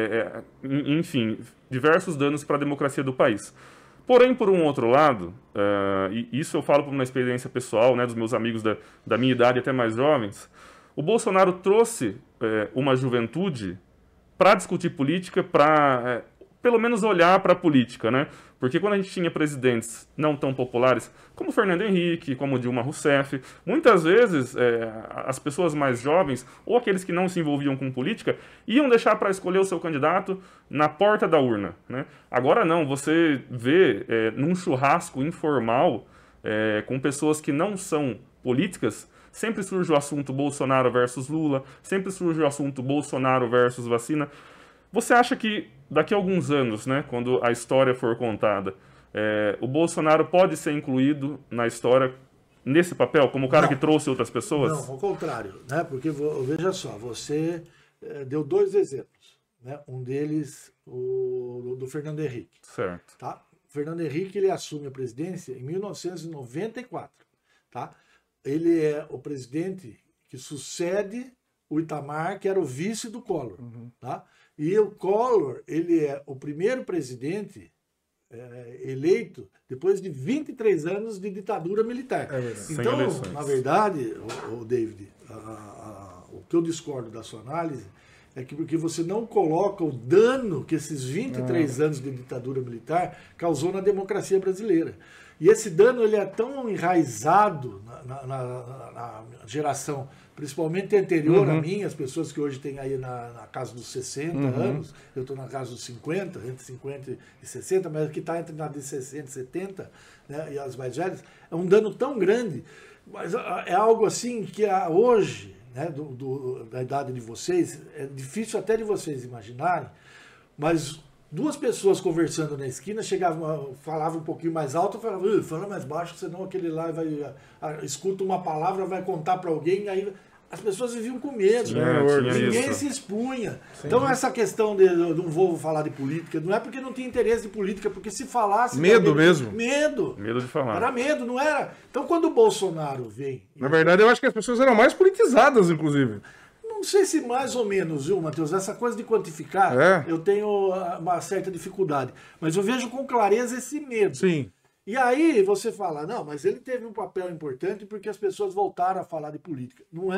enfim, diversos danos para a democracia do país. Porém, por um outro lado, e isso eu falo por uma experiência pessoal, né, dos meus amigos da minha idade até mais jovens, o Bolsonaro trouxe uma juventude para discutir política, para pelo menos olhar para a política, né? Porque quando a gente tinha presidentes não tão populares, como Fernando Henrique, como Dilma Rousseff, muitas vezes as pessoas mais jovens, ou aqueles que não se envolviam com política, iam deixar para escolher o seu candidato na porta da urna, né? Agora não, você vê num churrasco informal, com pessoas que não são políticas, sempre surge o assunto Bolsonaro versus Lula, sempre surge o assunto Bolsonaro versus vacina. Você acha que daqui a alguns anos, né, quando a história for contada, o Bolsonaro pode ser incluído na história nesse papel, como o cara que trouxe outras pessoas? Não, ao contrário, né? Porque veja só, você deu dois exemplos, né? Um deles, o do Fernando Henrique. Certo. Tá? O Fernando Henrique, ele assume a presidência em 1994, tá? Ele é o presidente que sucede o Itamar, que era o vice do Collor, tá? E o Collor, ele é o primeiro presidente eleito depois de 23 anos de ditadura militar. Então, na verdade, o David, o que eu discordo da sua análise é que porque você não coloca o dano que esses 23 anos de ditadura militar causou na democracia brasileira. E esse dano ele é tão enraizado na geração, principalmente anterior a mim, as pessoas que hoje têm aí na casa dos 60 anos, eu estou na casa dos 50, entre 50 e 60, mas que está entre na de 60 e 70, né, e as mais velhas, é um dano tão grande, mas é algo assim que hoje, né, da idade de vocês, é difícil até de vocês imaginarem, mas duas pessoas conversando na esquina, falavam um pouquinho mais alto, falavam, fala mais baixo, senão aquele lá escuta uma palavra, vai contar para alguém, aí as pessoas viviam com medo, ninguém se expunha. Sim. Então essa questão de não vou falar de política, não é porque não tinha interesse de política, porque se falasse... Medo mesmo. Medo. Medo de falar. Era medo, não era? Então quando o Bolsonaro vem... Na verdade, eu acho que as pessoas eram mais politizadas, inclusive. Não sei se mais ou menos, viu, Matheus? Essa coisa de quantificar, eu tenho uma certa dificuldade. Mas eu vejo com clareza esse medo. Sim. E aí você fala, não, mas ele teve um papel importante porque as pessoas voltaram a falar de política. Não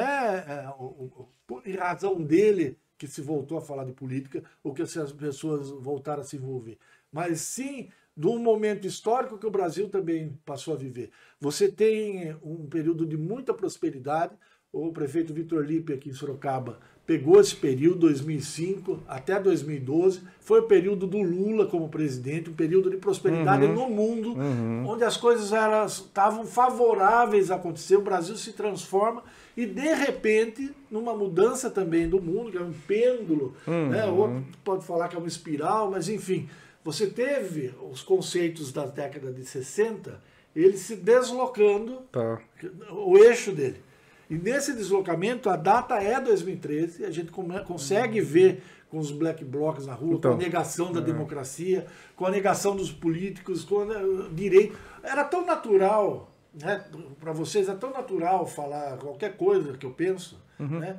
em razão dele que se voltou a falar de política ou que as pessoas voltaram a se envolver. Mas sim de um momento histórico que o Brasil também passou a viver. Você tem um período de muita prosperidade. O prefeito Vitor Lippe aqui em Sorocaba pegou esse período, 2005 até 2012, foi o período do Lula como presidente, um período de prosperidade no mundo, onde as coisas estavam favoráveis a acontecer, o Brasil se transforma e, de repente, numa mudança também do mundo, que é um pêndulo, né? Outro pode falar que é uma espiral, mas enfim, você teve os conceitos da década de 60, ele se deslocando, o eixo dele. E nesse deslocamento, a data é 2013, a gente consegue ver com os black blocs na rua, com a negação da democracia, com a negação dos políticos, com o direito. Era tão natural, né, para vocês, é tão natural falar qualquer coisa que eu penso, né,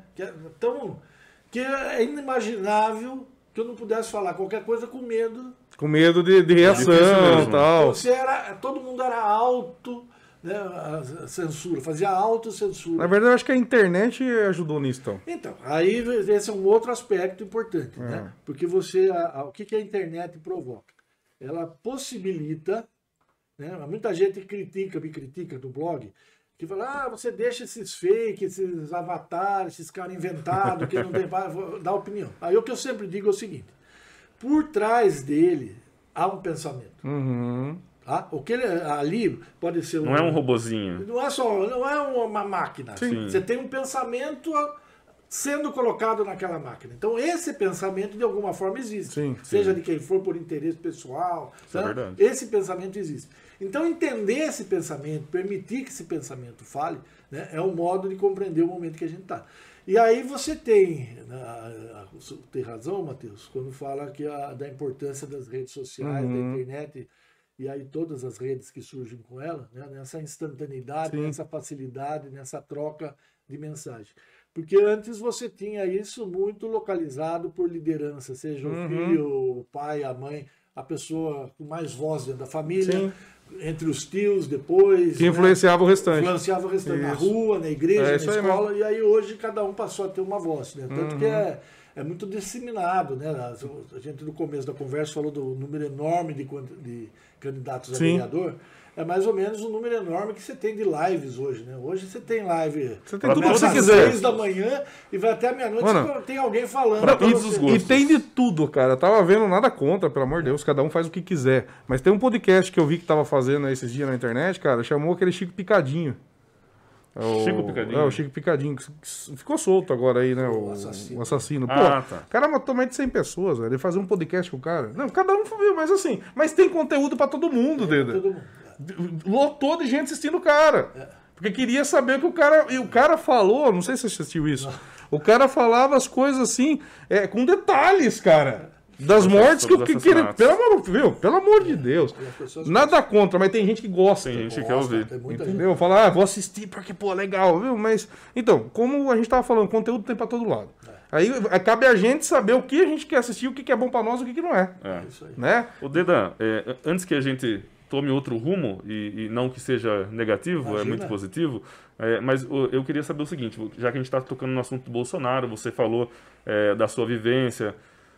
que é inimaginável que eu não pudesse falar qualquer coisa com medo. Com medo de reação e tal. Todo mundo era alto... Né, a censura, fazia autocensura. Na verdade, eu acho que a internet ajudou nisso. Então, aí esse é um outro aspecto importante, né? Porque o que a internet provoca? Ela possibilita, né? Muita gente me critica do blog, que fala, você deixa esses fake, esses avatares, esses caras inventados, que não tem para dar opinião. Aí o que eu sempre digo é o seguinte, por trás dele há um pensamento. Tá? O que ali pode ser não é um robozinho. Não é uma máquina. Sim. Você tem um pensamento sendo colocado naquela máquina. Então esse pensamento de alguma forma existe, Sim, seja de quem for por interesse pessoal, Isso é verdade. esse pensamento existe. Então entender esse pensamento, permitir que esse pensamento fale, né, é um modo de compreender o momento que a gente está. E aí você tem razão, Matheus, quando fala que da importância das redes sociais, da internet, e aí todas as redes que surgem com ela, né, nessa instantaneidade, nessa facilidade, nessa troca de mensagem. Porque antes você tinha isso muito localizado por liderança, seja o filho, o pai, a mãe, a pessoa com mais voz dentro da família, entre os tios depois. Que influenciava o restante. Influenciava o restante na rua, na igreja, na escola, mesmo. E aí hoje cada um passou a ter uma voz, né? Tanto que é muito disseminado, né? A gente no começo da conversa falou do número enorme de candidatos a vereador. É mais ou menos o número enorme que você tem de lives hoje, né? Hoje você tem live. Você tem tudo que você às quiser. 6 da manhã e vai até meia-noite, tem alguém falando. Pra todos os gostos. E tem de tudo, cara. Eu tava vendo nada contra, pelo amor de Deus, cada um faz o que quiser. Mas tem um podcast que eu vi que tava fazendo esses dias na internet, cara, chamou aquele Chico Picadinho. Chico Picadinho? É, o Chico Picadinho, que ficou solto agora aí, né? O assassino. Pô, tá. o cara matou mais de 100 pessoas, velho. Ele fazia um podcast com o cara. Não, cada um viu, mas assim, mas tem conteúdo pra todo mundo, Deda. Todo mundo. Lotou de gente assistindo o cara. Porque queria saber o que o cara. E o cara falou, não sei se você assistiu isso. O cara falava as coisas assim, com detalhes, cara. Das mortes que pelo amor de Deus. Nada contra, mas tem gente que gosta. Tem gente que quer ouvir. Entendeu? Falar, vou assistir porque, pô, legal, viu? Mas. Então, como a gente tava falando, conteúdo tem pra todo lado. Aí cabe a gente saber o que a gente quer assistir, o que é bom pra nós e o que não é. Isso aí. Né? O Deda, antes que a gente tome outro rumo, e não que seja negativo, é muito positivo, mas eu queria saber o seguinte, já que a gente está tocando no assunto do Bolsonaro, você falou da sua vivência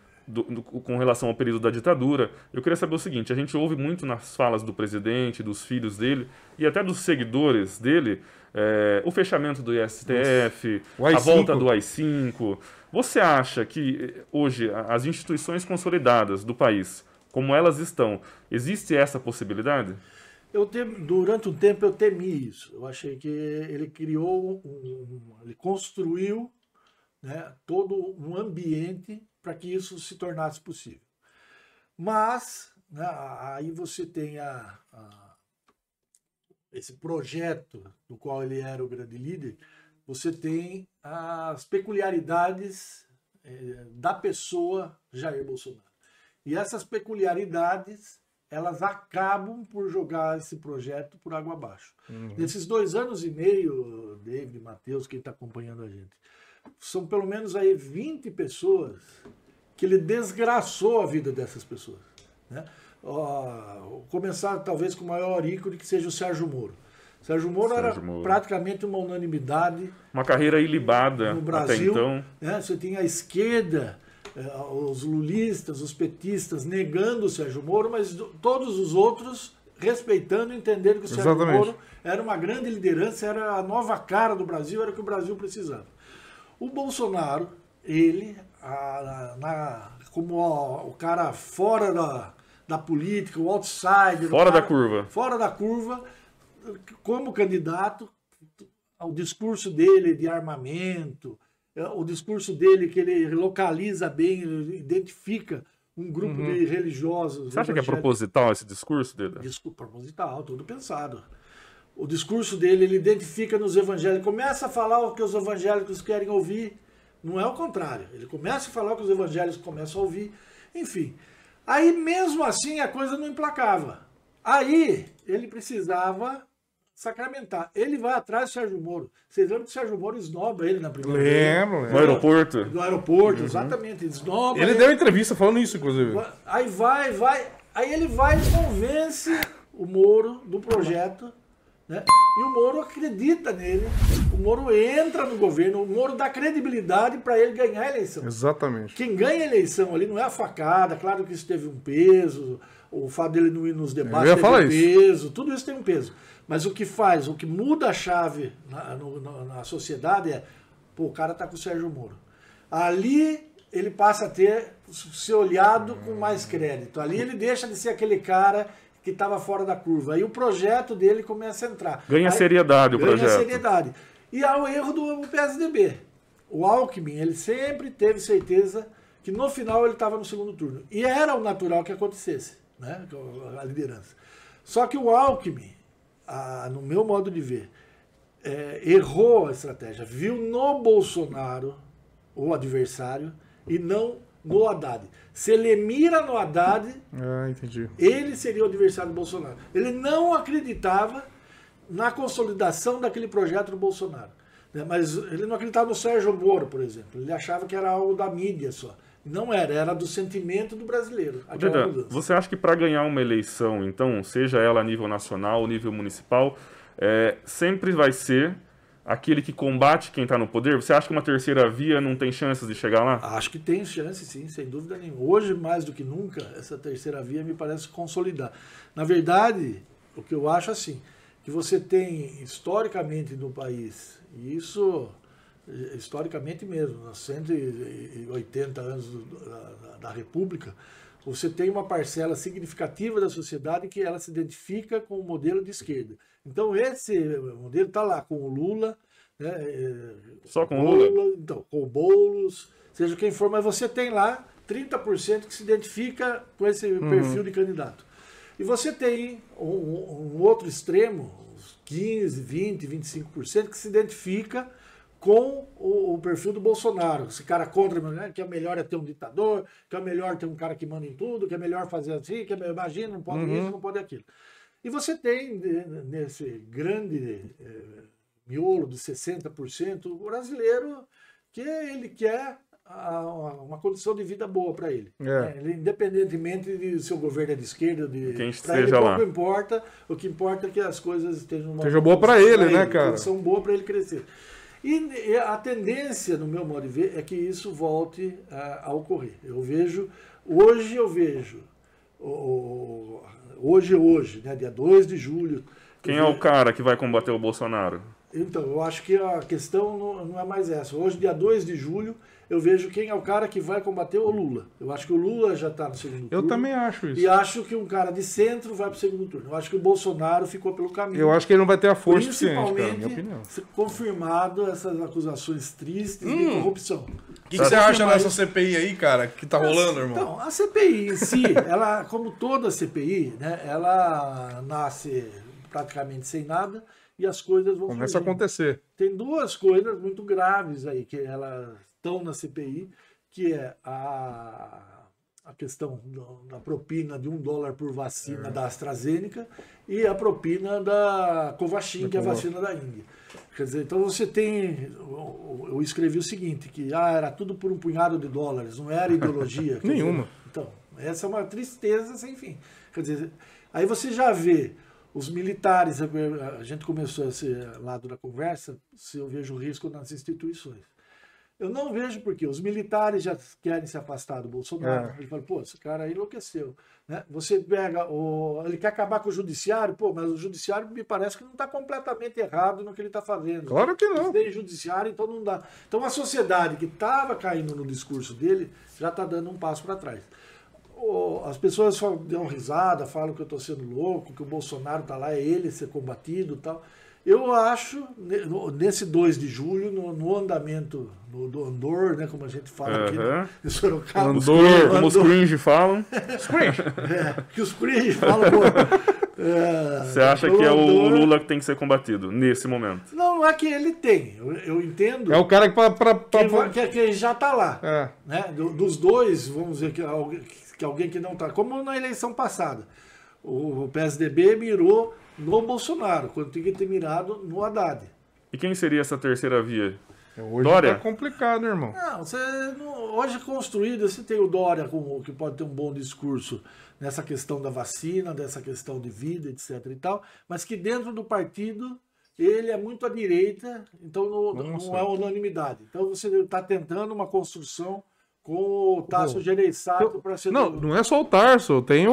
com relação ao período da ditadura, eu queria saber o seguinte, a gente ouve muito nas falas do presidente, dos filhos dele, e até dos seguidores dele, o fechamento do STF, a volta do AI-5. Você acha que hoje as instituições consolidadas do país, como elas estão, existe essa possibilidade? Durante um tempo eu temi isso. Eu achei que ele criou, ele construiu, né, todo um ambiente para que isso se tornasse possível. Mas, né, aí você tem esse projeto do qual ele era o grande líder, você tem as peculiaridades da pessoa Jair Bolsonaro. E essas peculiaridades, elas acabam por jogar esse projeto por água abaixo. Nesses 2 anos e meio, David, Matheus, quem está acompanhando a gente, são pelo menos aí 20 pessoas que ele desgraçou a vida dessas pessoas. Né? Começar talvez com o maior ícone, que seja o Sérgio Moro. Sérgio Moro era praticamente uma unanimidade. Uma carreira ilibada no Brasil, até então. Né? Você tinha a esquerda, os lulistas, os petistas negando o Sérgio Moro, mas todos os outros respeitando e entendendo que o Sérgio Moro era uma grande liderança, era a nova cara do Brasil, era o que o Brasil precisava. O Bolsonaro, ele, como o cara fora da política, o outsider, fora da curva. Fora da curva, como candidato, o discurso dele de armamento, o discurso dele que ele localiza bem, ele identifica um grupo de religiosos. Você acha que é proposital esse discurso dele? Proposital, tudo pensado. O discurso dele, ele identifica nos evangélicos, começa a falar o que os evangélicos querem ouvir, não é o contrário. Ele começa a falar o que os evangélicos começam a ouvir, enfim. Aí, mesmo assim, a coisa não emplacava. Aí, ele precisava sacramentar. Ele vai atrás do Sérgio Moro. Vocês lembram que o Sérgio Moro esnoba ele na primeira vez? Lembro. No aeroporto? No aeroporto, exatamente. Esnoba ele deu entrevista falando isso, inclusive. Aí aí ele vai e convence o Moro do projeto, né? E o Moro acredita nele. O Moro entra no governo, o Moro dá credibilidade para ele ganhar a eleição. Exatamente. Quem ganha a eleição ali não é a facada, claro que isso teve um peso, o fato dele não ir nos debates teve um peso, tudo isso tem um peso. Mas o que muda a chave na sociedade o cara tá com o Sérgio Moro. Ali ele passa a ser olhado com mais crédito. Ali ele deixa de ser aquele cara que estava fora da curva. Aí o projeto dele começa a entrar. Ganha seriedade o projeto. Ganha seriedade. E há o erro do PSDB, O Alckmin, ele sempre teve certeza que no final ele estava no segundo turno. E era o natural que acontecesse, né? A liderança. Só que o Alckmin, no meu modo de ver, errou a estratégia. Viu no Bolsonaro o adversário e não no Haddad. Se ele mira no Haddad, entendi. Ele seria o adversário do Bolsonaro. Ele não acreditava na consolidação daquele projeto do Bolsonaro. Mas ele não acreditava no Sérgio Moro, por exemplo. Ele achava que era algo da mídia só. Não era do sentimento do brasileiro. Deda, você acha que para ganhar uma eleição, então, seja ela a nível nacional ou nível municipal, sempre vai ser aquele que combate quem está no poder? Você acha que uma terceira via não tem chances de chegar lá? Acho que tem chance, sim, sem dúvida nenhuma. Hoje, mais do que nunca, essa terceira via me parece consolidar. Na verdade, o que eu acho assim, que você tem historicamente no país, e isso historicamente mesmo, nos 180 anos da República, você tem uma parcela significativa da sociedade que ela se identifica com o modelo de esquerda. Então esse modelo está lá com o Lula, né, só com o Lula? Então, com o Boulos, seja quem for, mas você tem lá 30% que se identifica com esse perfil de candidato. E você tem um outro extremo, uns 15, 20, 25%, que se identifica com o perfil do Bolsonaro. Esse cara contra, que é melhor ter um ditador, que é melhor ter um cara que manda em tudo, que é melhor fazer assim, que imagina, não pode isso, não pode aquilo. E você tem, nesse grande miolo de 60%, o brasileiro que ele quer uma condição de vida boa para ele. Ele. Independentemente de se o governo é de esquerda ou de... Quem esteja lá. Importa, o que importa é que as coisas estejam... Seja boa para ele, né, cara? São boas para ele crescer. E a tendência, no meu modo de ver, é que isso volte a ocorrer. Hoje, né, dia 2 de julho... Quem é o cara que vai combater o Bolsonaro? Então, eu acho que a questão não é mais essa. Hoje, dia 2 de julho, eu vejo quem é o cara que vai combater o Lula. Eu acho que o Lula já está no segundo turno. Eu também acho isso. E acho que um cara de centro vai para o segundo turno. Eu acho que o Bolsonaro ficou pelo caminho. Eu acho que ele não vai ter a força suficiente, cara, minha opinião. Confirmado essas acusações tristes de corrupção. O que você acha dessa CPI aí, cara, que tá rolando, irmão? Então, a CPI em si, ela, como toda CPI, né, ela nasce praticamente sem nada e as coisas vão começa a acontecer. Tem duas coisas muito graves aí que elas estão na CPI, que é a questão da propina de $1 por vacina da AstraZeneca e a propina da Covaxin, que é a vacina da Índia. Quer dizer, então você tem... Eu escrevi o seguinte, que era tudo por um punhado de dólares, não era ideologia. Nenhuma. Dizer, então, essa é uma tristeza sem fim. Quer dizer, aí você já vê os militares, a gente começou esse lado da conversa, se eu vejo risco nas instituições. Eu não vejo porque os militares já querem se afastar do Bolsonaro. Ele fala, pô, esse cara aí enlouqueceu. Né? Você pega, ele quer acabar com o judiciário, pô, mas o judiciário me parece que não está completamente errado no que ele está fazendo. Claro que não. Tem judiciário, então não dá. Então a sociedade que estava caindo no discurso dele já está dando um passo para trás. As pessoas dão risada, falam que eu estou sendo louco, que o Bolsonaro está lá, é ele ser combatido e tal. Eu acho, nesse 2 de julho, no andamento do Andor, né, como a gente fala aqui em Sorocaba. Andor, como os cringe falam. Que os cringe falam, pô. Você acha que é o Lula que tem que ser combatido nesse momento? Não é que ele tem. Eu entendo. É o cara que já está lá. Né? Dos dois, vamos dizer que alguém que não está. Como na eleição passada. O PSDB mirou no Bolsonaro, quando tinha que ter mirado no Haddad. E quem seria essa terceira via? Hoje Dória? Tá complicado, irmão. Hoje construído, você tem o Dória, que pode ter um bom discurso nessa questão da vacina, dessa questão de vida, etc. e tal, mas que dentro do partido ele é muito à direita, então não é unanimidade. Então você está tentando uma construção com o Tasso Gereissati para ser... Não é só o Tarso, tem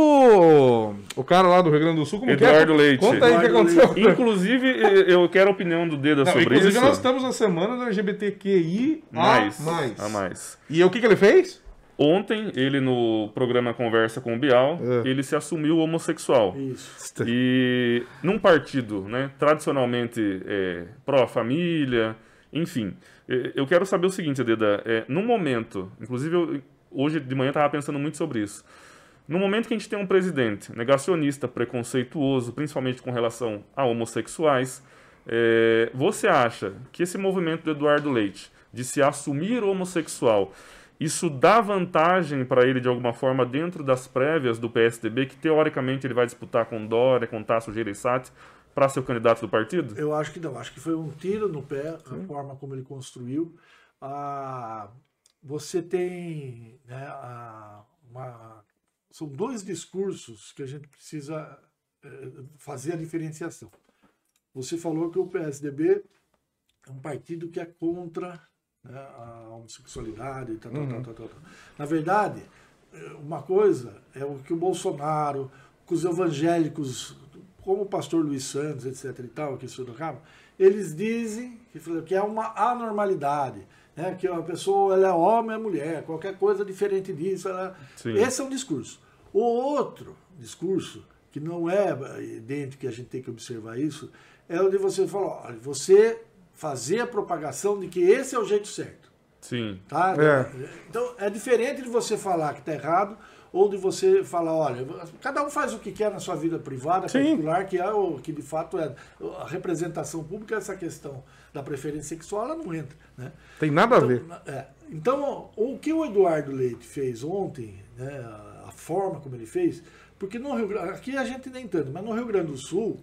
o cara lá do Rio Grande do Sul, como Eduardo Leite. Conta aí o que aconteceu. Inclusive, eu quero a opinião do Deda sobre inclusive isso. Nós estamos na semana do LGBTQI+. A mais. E o que ele fez? Ontem, ele no programa Conversa com o Bial, ele se assumiu homossexual. Isso. E num partido, né, tradicionalmente pró-família Enfim, eu quero saber o seguinte, Adeda, no momento, inclusive hoje de manhã eu estava pensando muito sobre isso, no momento que a gente tem um presidente negacionista, preconceituoso, principalmente com relação a homossexuais, você acha que esse movimento do Eduardo Leite, de se assumir homossexual, isso dá vantagem para ele de alguma forma dentro das prévias do PSDB, que teoricamente ele vai disputar com Dória, com Tasso Gereissati, para ser o candidato do partido? Eu acho que não. Acho que foi um tiro no pé a forma como ele construiu. Você tem, né, são dois discursos que a gente precisa fazer a diferenciação. Você falou que o PSDB é um partido que é contra, né, a homossexualidade, tal. Na verdade, uma coisa é o que o Bolsonaro, que os evangélicos, como o pastor Luiz Santos, etc. e tal, que isso do cabo, eles dizem que é uma anormalidade, né? Que a pessoa ela é homem, é mulher, qualquer coisa diferente disso. Esse é um discurso. O outro discurso, que não é idêntico, que a gente tem que observar isso, é onde você fala, olha, você fazer a propagação de que esse é o jeito certo. Sim. Tá? Então, é diferente de você falar que está errado ou de você falar, olha, cada um faz o que quer na sua vida privada, particular, que é o que de fato é a representação pública, essa questão da preferência sexual, ela não entra. Né? Tem nada a ver. Então, o que o Eduardo Leite fez ontem, né, a forma como ele fez, porque no Rio Grande, aqui a gente nem tanto, mas no Rio Grande do Sul,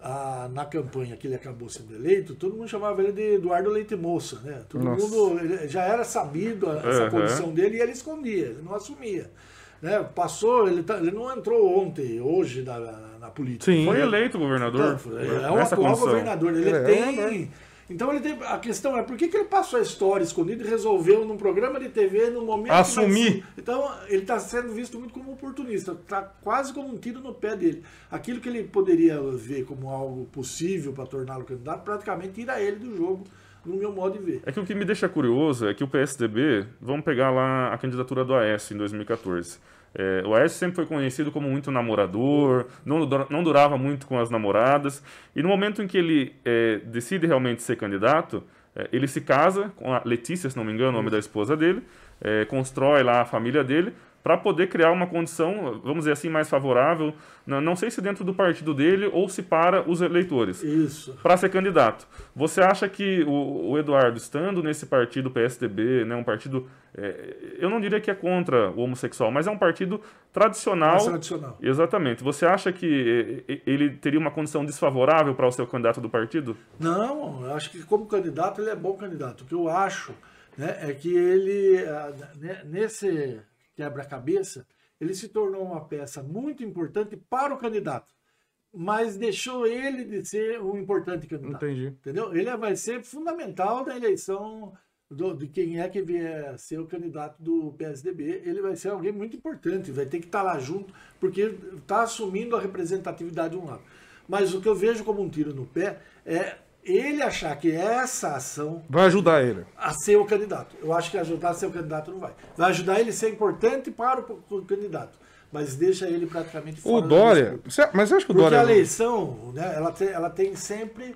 na campanha que ele acabou sendo eleito, todo mundo chamava ele de Eduardo Leite Moça, né? Todo mundo já era sabido essa condição dele e ele escondia, ele não assumia. Né? Passou, ele não entrou hoje na política. Sim. Foi eleito governador. Então, é um atual governador. Ele tem. Então a questão é por que ele passou a história escondida e resolveu num programa de TV no momento assumir. Então ele está sendo visto muito como oportunista, está quase como um tiro no pé dele. Aquilo que ele poderia ver como algo possível para torná-lo candidato, praticamente tira ele do jogo, no meu modo de ver. É que o que me deixa curioso é que o PSDB, vamos pegar lá a candidatura do Aécio em 2014. O Aécio sempre foi conhecido como muito namorador, não durava muito com as namoradas, e no momento em que ele decide realmente ser candidato, ele se casa com a Letícia, se não me engano, o nome da esposa dele, constrói lá a família dele, para poder criar uma condição, vamos dizer assim, mais favorável, não sei se dentro do partido dele ou se para os eleitores, para ser candidato. Você acha que o Eduardo, estando nesse partido PSDB, né, um partido, eu não diria que é contra o homossexual, mas é um partido tradicional. Mais tradicional. Exatamente. Você acha que ele teria uma condição desfavorável para o seu candidato do partido? Não, eu acho que como candidato ele é bom candidato. O que eu acho, né, é que ele, nesse quebra-cabeça, ele se tornou uma peça muito importante para o candidato, mas deixou ele de ser um importante candidato. Entendi. Entendeu? Ele vai ser fundamental na eleição de quem é que vier ser o candidato do PSDB. Ele vai ser alguém muito importante, vai ter que estar lá junto, porque está assumindo a representatividade de um lado. Mas o que eu vejo como um tiro no pé é ele achar que essa ação vai ajudar ele a ser o candidato. Eu acho que ajudar a ser o candidato não vai. Vai ajudar ele a ser importante para o candidato, mas deixa ele praticamente fora. O Dória, mas acho que o Porque Dória... a eleição, né, ela tem sempre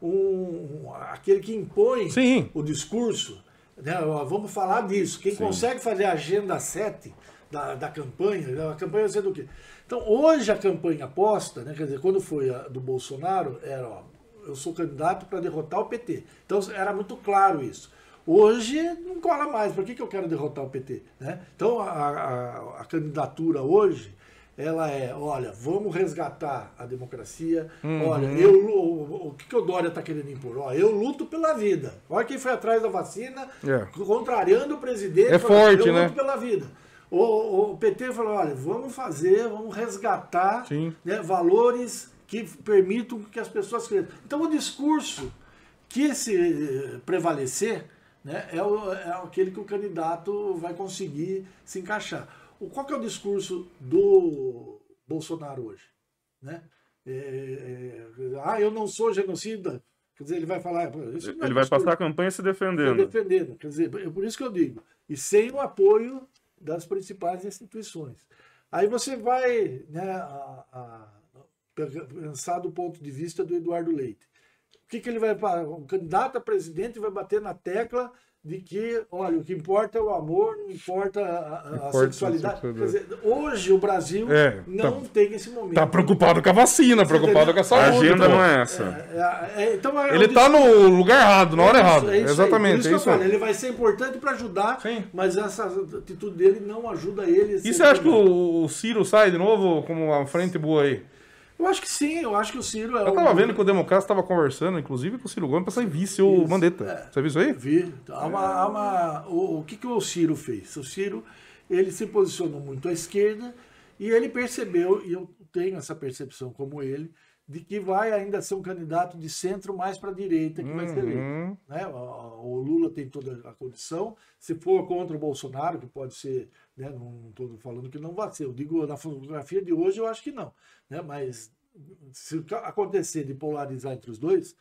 aquele que impõe o discurso. Né, vamos falar disso. Quem consegue fazer a agenda 7 da campanha, a campanha vai ser do quê? Então, hoje a campanha aposta, né, quer dizer, quando foi a do Bolsonaro, era... eu sou candidato para derrotar o PT. Então era muito claro isso. Hoje não cola mais. Por que eu quero derrotar o PT? Né? Então a candidatura hoje, ela é, olha, vamos resgatar a democracia. Olha, o que o Dória está querendo impor? Olha, eu luto pela vida. Olha quem foi atrás da vacina, contrariando o presidente. É forte, eu né? luto pela vida. O PT falou, olha, vamos resgatar, né, valores que permitam que as pessoas cresçam. Então, o discurso que se prevalecer, né, é aquele que o candidato vai conseguir se encaixar. Qual que é o discurso do Bolsonaro hoje? Né? Eu não sou genocida. Quer dizer, ele vai falar... Ele vai passar a campanha se defendendo. Quer dizer, é por isso que eu digo. E sem o apoio das principais instituições. Aí você vai, né, pensar do ponto de vista do Eduardo Leite. O que ele vai... O candidato a presidente vai bater na tecla de que, olha, o que importa é o amor, não importa a sexualidade. Quer dizer, hoje o Brasil não tem esse momento. Tá preocupado com a vacina, preocupado com a saúde. A agenda não é essa. Então, ele tá no lugar errado, na hora errada. Exatamente. Por isso que eu falo, ele vai ser importante para ajudar, mas essa atitude dele não ajuda ele. E você acha que o Ciro sai de novo como uma frente boa aí? Eu acho que sim, eu acho que o Ciro... Eu tava vendo que o Democrata estava conversando, inclusive, com o Ciro Gomes para sair vice o Mandetta. Você viu isso aí? Vi. O que o Ciro fez? O Ciro, ele se posicionou muito à esquerda e ele percebeu, e eu tenho essa percepção como ele, de que vai ainda ser um candidato de centro mais para a direita que vai ser eleito. Né? O Lula tem toda a condição. Se for contra o Bolsonaro, que pode ser, né? Não estou falando que não vai ser. Eu digo, na fotografia de hoje, eu acho que não. Né? Mas se acontecer de polarizar entre os dois,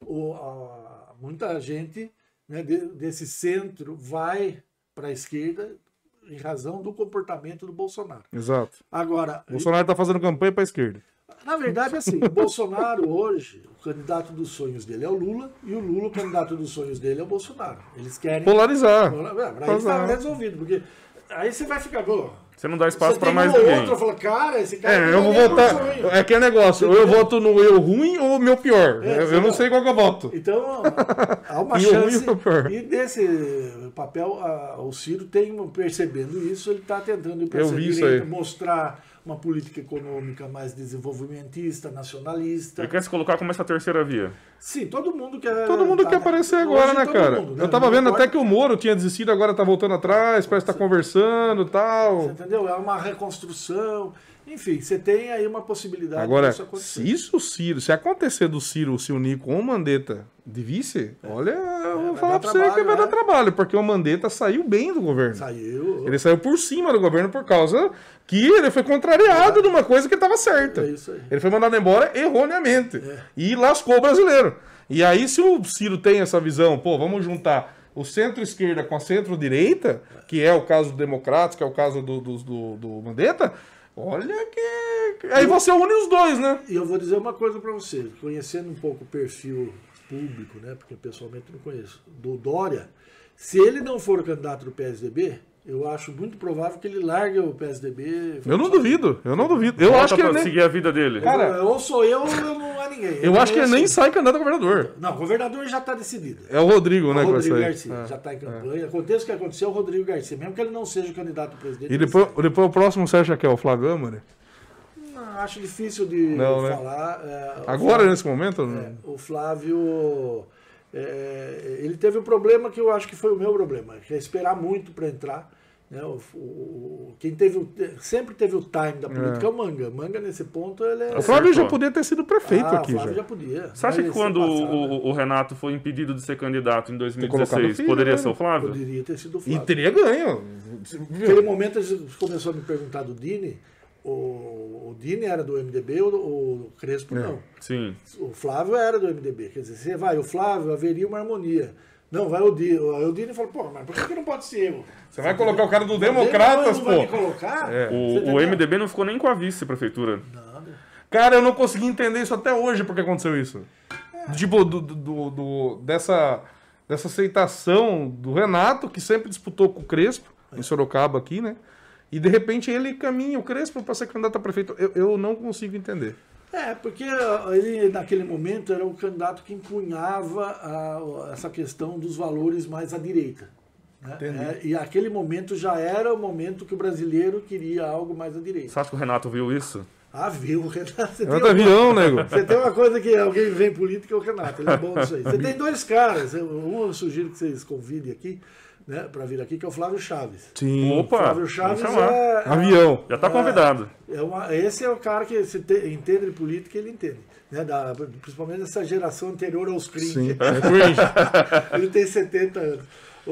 muita gente, né, desse centro vai para a esquerda em razão do comportamento do Bolsonaro. Exato. Agora, o Bolsonaro está fazendo campanha para a esquerda. Na verdade, assim, o Bolsonaro hoje, o candidato dos sonhos dele é o Lula, e o Lula, o candidato dos sonhos dele é o Bolsonaro. Eles querem... Polarizar. Aí está resolvido, porque aí você vai ficar... Você não dá espaço para mais ninguém. Outro fala, cara, esse cara... eu vou votar... É aquele negócio, ou eu voto no eu ruim ou o meu pior. Eu não sei qual que eu voto. Então, há uma chance... E desse papel, o Ciro tem, percebendo isso, ele está tentando ir para essa direita, mostrar uma política econômica mais desenvolvimentista, nacionalista. Ele quer se colocar como essa terceira via. Sim, todo mundo quer... Todo mundo quer aparecer agora, né, cara? Mundo, né? Eu tava vendo até que o Moro tinha desistido, agora tá voltando atrás, parece que tá conversando e tal. Você entendeu? É uma reconstrução. Enfim, você tem aí uma possibilidade agora, disso acontecer. Se acontecer do Ciro se unir com o Mandetta de vice, olha, eu vou falar pra você que vai dar trabalho, porque o Mandetta saiu bem do governo. Ele saiu por cima do governo por causa que ele foi contrariado de uma coisa que estava certa. Ele foi mandado embora erroneamente. E lascou o brasileiro. E aí, se o Ciro tem essa visão, vamos juntar o centro-esquerda com a centro-direita, que é o caso do Democratas, que é o caso do Mandetta, olha que... Aí você une os dois, né? E eu vou dizer uma coisa para você, conhecendo um pouco o perfil público, né, porque pessoalmente não conheço, do Dória, se ele não for o candidato do PSDB, eu acho muito provável que ele largue o PSDB. Eu não duvido. Eu acho que ele seguir a vida dele. Cara, ou sou eu ou não há ninguém. Eu acho que ele nem sai candidato a governador. Não, o governador já está decidido. É o Rodrigo, né? O Rodrigo Garcia já está em campanha. Aconteça o que aconteceu, o Rodrigo Garcia, mesmo que ele não seja o candidato a presidente. E depois o próximo você acha que é o Flávio Amari? Acho difícil de falar. Agora, Flávio, nesse momento? O Flávio... ele teve um problema que eu acho que foi o meu problema, que é esperar muito para entrar. Né? Quem sempre teve o time da política é o Manga. Manga, nesse ponto, ele é... O Flávio já podia ter sido prefeito aqui. O Flávio já podia. Você acha que quando o Renato foi impedido de ser candidato em 2016, poderia ser o Flávio? Poderia ter sido o Flávio. E teria ganho. Naquele momento, eles começou a me perguntar do Dini. O Dini era do MDB, o Crespo não. Sim. O Flávio era do MDB. Quer dizer, você vai, o Flávio, haveria uma harmonia. Não, vai o Dini. O Dini fala, mas por que não pode ser eu? Você vai colocar o cara do Democratas, pô? Vai me colocar? O MDB não ficou nem com a vice-prefeitura. Nada. Cara, eu não consegui entender isso até hoje, porque aconteceu isso. Tipo, dessa aceitação do Renato, que sempre disputou com o Crespo, em Sorocaba aqui, né? E de repente ele caminha o Crespo para ser candidato a prefeito. Eu não consigo entender. Porque ele, naquele momento, era o candidato que empunhava essa questão dos valores mais à direita. Né? E aquele momento já era o momento que o brasileiro queria algo mais à direita. Você acha que o Renato viu isso? Viu, o Renato. Você tem uma coisa que alguém vê em política, é o Renato. Ele é bom nisso aí. Você tem dois caras. Eu sugiro que vocês convidem aqui, né, para vir aqui, que é o Flávio Chaves. Sim. Opa! O Flávio Chaves avião. Já está convidado. Esse é o cara que entende de política, ele entende. Né, principalmente dessa geração anterior aos 30. Sim, ele tem 70 anos.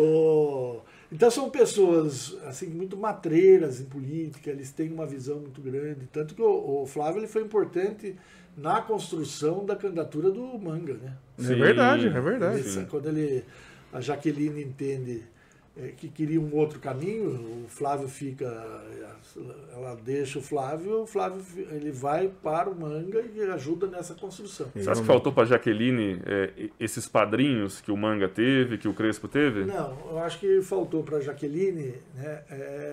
Então são pessoas assim, muito matreiras em política, eles têm uma visão muito grande. Tanto que o Flávio ele foi importante na construção da candidatura do Manga. Né? Sim, é verdade. Quando a Jaqueline entende que queria um outro caminho, o Flávio ela deixa o Flávio ele vai para o Manga e ajuda nessa construção. Você acha que faltou para Jaqueline esses padrinhos que o Manga teve, que o Crespo teve? Não, eu acho que faltou para a Jaqueline, né,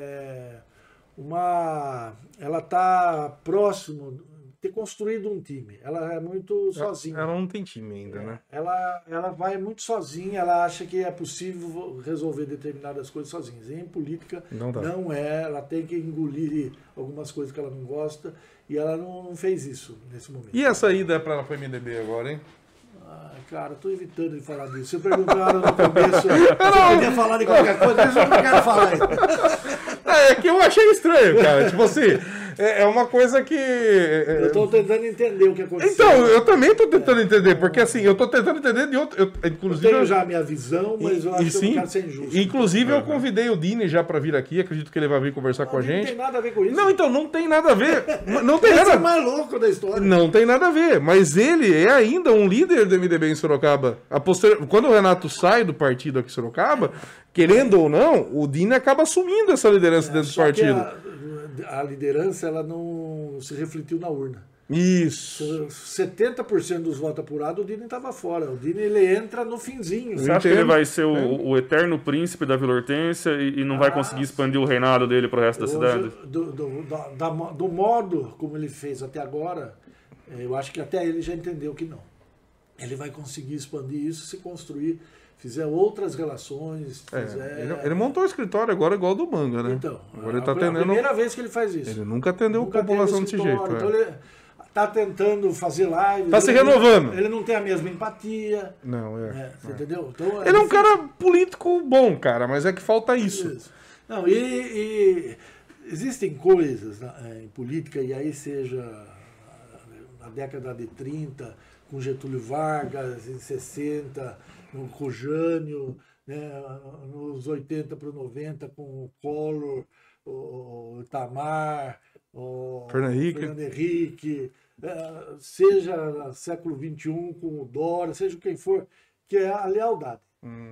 ela está próximo ter construído um time. Ela é muito sozinha. Ela não tem time ainda, né? Ela vai muito sozinha, ela acha que é possível resolver determinadas coisas sozinha. Em política não é, ela tem que engolir algumas coisas que ela não gosta e ela não fez isso nesse momento. E essa ida para ela para o MDB agora, hein? Cara, tô evitando de falar disso. Você perguntaram no começo, você podia falar de qualquer coisa, mas eu não quero falar isso. É que eu achei estranho, cara. Tipo assim, é uma coisa que... Eu tô tentando entender o que aconteceu. Então, eu também tô tentando entender, porque assim, eu tô tentando entender de outro... Inclusive, eu tenho já a minha visão, mas eu acho que eu não quero ser injusto. Inclusive, eu convidei o Dini já pra vir aqui, acredito que ele vai vir conversar com a gente. Não tem nada a ver com isso. Não, então, não tem nada a ver. Não tem Esse nada... é o mais louco da história. Não tem nada a ver, mas ele é ainda um líder do MDB em Sorocaba. Quando o Renato sai do partido aqui em Sorocaba, querendo ou não, o Dini acaba assumindo essa liderança dentro do partido. A liderança ela não se refletiu na urna. Isso. 70% dos votos apurados, o Dini estava fora. O Dini ele entra no finzinho. Você acha que ele vai ser o eterno príncipe da Vila Hortência e não vai conseguir expandir o reinado dele para o resto da cidade? Do modo como ele fez até agora, eu acho que até ele já entendeu que não. Ele vai conseguir expandir isso se construir, fizer outras relações. Ele montou o escritório agora igual do Manga, né? Então, agora ele tá é a primeira vez que ele faz isso. Ele nunca atendeu a população desse jeito. Então ele tá tentando fazer live. Tá se renovando. Ele não tem a mesma empatia. Não, Você entendeu? Então, ele é um cara político bom, cara, mas é que falta isso. Não, e existem coisas em política, e aí seja na década de 30, com Getúlio Vargas, em 60, com o Jânio, né, nos 80 para 90, com o Collor, o Itamar, o Fernando Henrique, seja no século XXI com o Dória, seja quem for, que é a lealdade.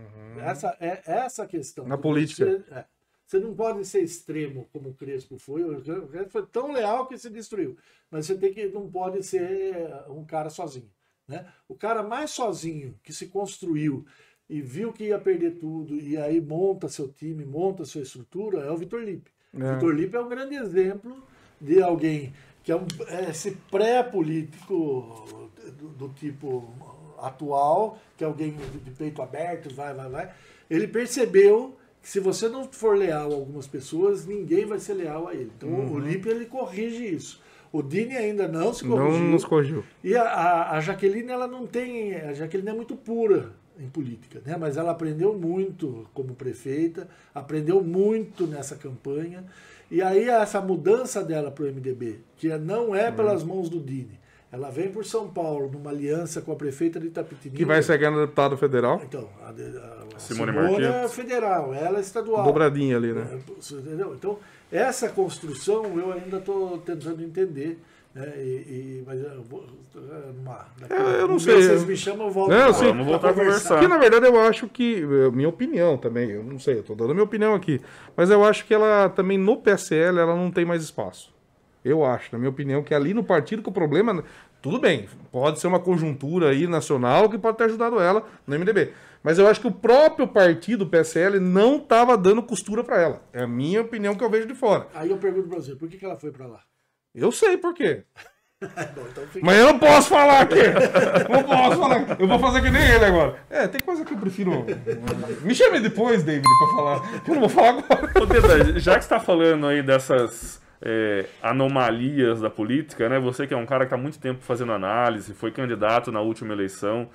Essa a questão. Na política. Você não pode ser extremo como o Crespo foi. O Crespo foi tão leal que se destruiu. Mas você não pode ser um cara sozinho. Né? O cara mais sozinho que se construiu e viu que ia perder tudo e aí monta seu time, monta sua estrutura, é o Vitor Lippe. O Vitor Lippe é um grande exemplo de alguém que é esse pré-político do tipo atual, que é alguém de peito aberto, vai. Ele percebeu que se você não for leal a algumas pessoas, ninguém vai ser leal a ele. Então o Lippe ele corrige isso. O Dini ainda não se corrigiu. Não nos corrigiu. E a Jaqueline, ela não tem... A Jaqueline é muito pura em política, né? Mas ela aprendeu muito como prefeita, aprendeu muito nessa campanha. E aí essa mudança dela para o MDB, que não é pelas mãos do Dini, ela vem por São Paulo, numa aliança com a prefeita de Itapetininga. Que vai ser ganhando deputado federal. Então, a Simone é federal, ela é estadual. Dobradinha ali, né? Entendeu? Então, essa construção eu ainda estou tentando entender. Né? Mas eu não sei. Vocês me chamam, eu volto. Vamos voltar a conversar. Porque, na verdade, eu acho que... Minha opinião também, eu não sei, eu estou dando minha opinião aqui. Mas eu acho que ela também, no PSL, ela não tem mais espaço. Eu acho, na minha opinião, que ali no partido que o problema... Tudo bem, pode ser uma conjuntura aí nacional que pode ter ajudado ela no MDB. Mas eu acho que o próprio partido, o PSL, não estava dando costura para ela. É a minha opinião que eu vejo de fora. Aí eu pergunto para você, por que ela foi para lá? Eu sei por quê. Bom, então mas eu não posso falar aqui. Não posso falar. Eu vou fazer que nem ele agora. Tem coisa que eu prefiro... Me chame depois, David, para falar. Eu não vou falar agora. Ô, Pedro, já que você está falando aí dessas... anomalias da política, né? Você que é um cara que está há muito tempo fazendo análise, foi candidato na última eleição.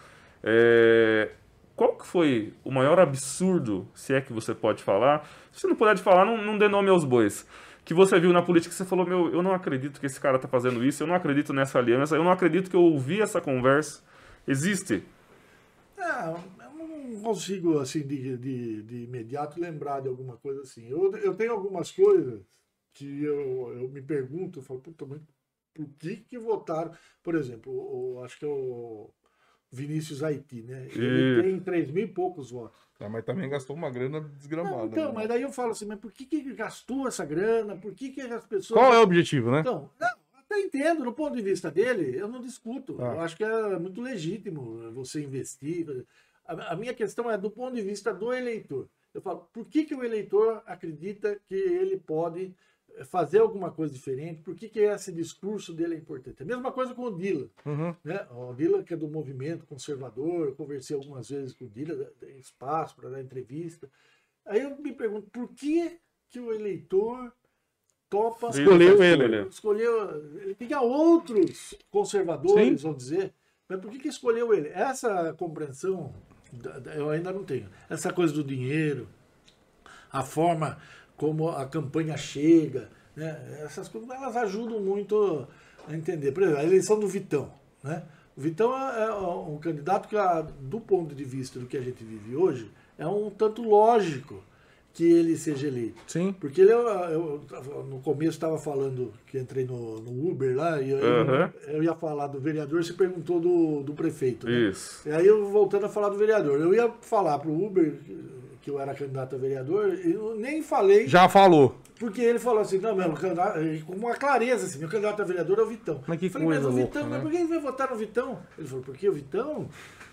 Qual que foi o maior absurdo, se é que você pode falar? Se não puder falar, não dê nome aos bois. Que você viu na política, você falou, eu não acredito que esse cara está fazendo isso, eu não acredito nessa aliança, eu não acredito que eu ouvi essa conversa. Existe? Eu não consigo, assim, de imediato lembrar de alguma coisa assim. Eu tenho algumas coisas que eu me pergunto, eu falo, puta, mas por que votaram? Por exemplo, acho que o Vinícius Haiti, né? Ele tem 3 mil e poucos votos. Mas também gastou uma grana desgramada. Não, então, né? mas daí eu falo assim, mas por que gastou essa grana? Por que as pessoas... Qual é o objetivo, né? Então, não, até entendo, do ponto de vista dele, eu não discuto. Ah. Eu acho que é muito legítimo você investir. A minha questão é do ponto de vista do eleitor. Eu falo, por que o eleitor acredita que ele pode fazer alguma coisa diferente? Por que esse discurso dele é importante? A mesma coisa com o Dila. Uhum. Né? O Dila, que é do movimento conservador, eu conversei algumas vezes com o Dila, tem espaço para dar entrevista. Aí eu me pergunto, por que o eleitor topa... Escolheu ele. Ele tinha outros conservadores, Sim. vamos dizer, mas por que escolheu ele? Essa compreensão eu ainda não tenho. Essa coisa do dinheiro, a forma como a campanha chega, né? Essas coisas elas ajudam muito a entender. Por exemplo, a eleição do Vitão. Né? O Vitão é um candidato que, do ponto de vista do que a gente vive hoje, é um tanto lógico que ele seja eleito. Sim. Porque ele, no começo estava falando que entrei no Uber lá, e eu ia falar do vereador, você perguntou do prefeito. Né? Isso. E aí eu voltando a falar do vereador. Eu ia falar para o Uber que eu era candidato a vereador, e eu nem falei. Já falou. Porque ele falou assim, não, meu candidato, com uma clareza, assim, meu candidato a vereador é o Vitão. Mas que eu falei, coisa mas o louca, Vitão, né? mas por que ele vai votar no Vitão? Ele falou, porque o Vitão,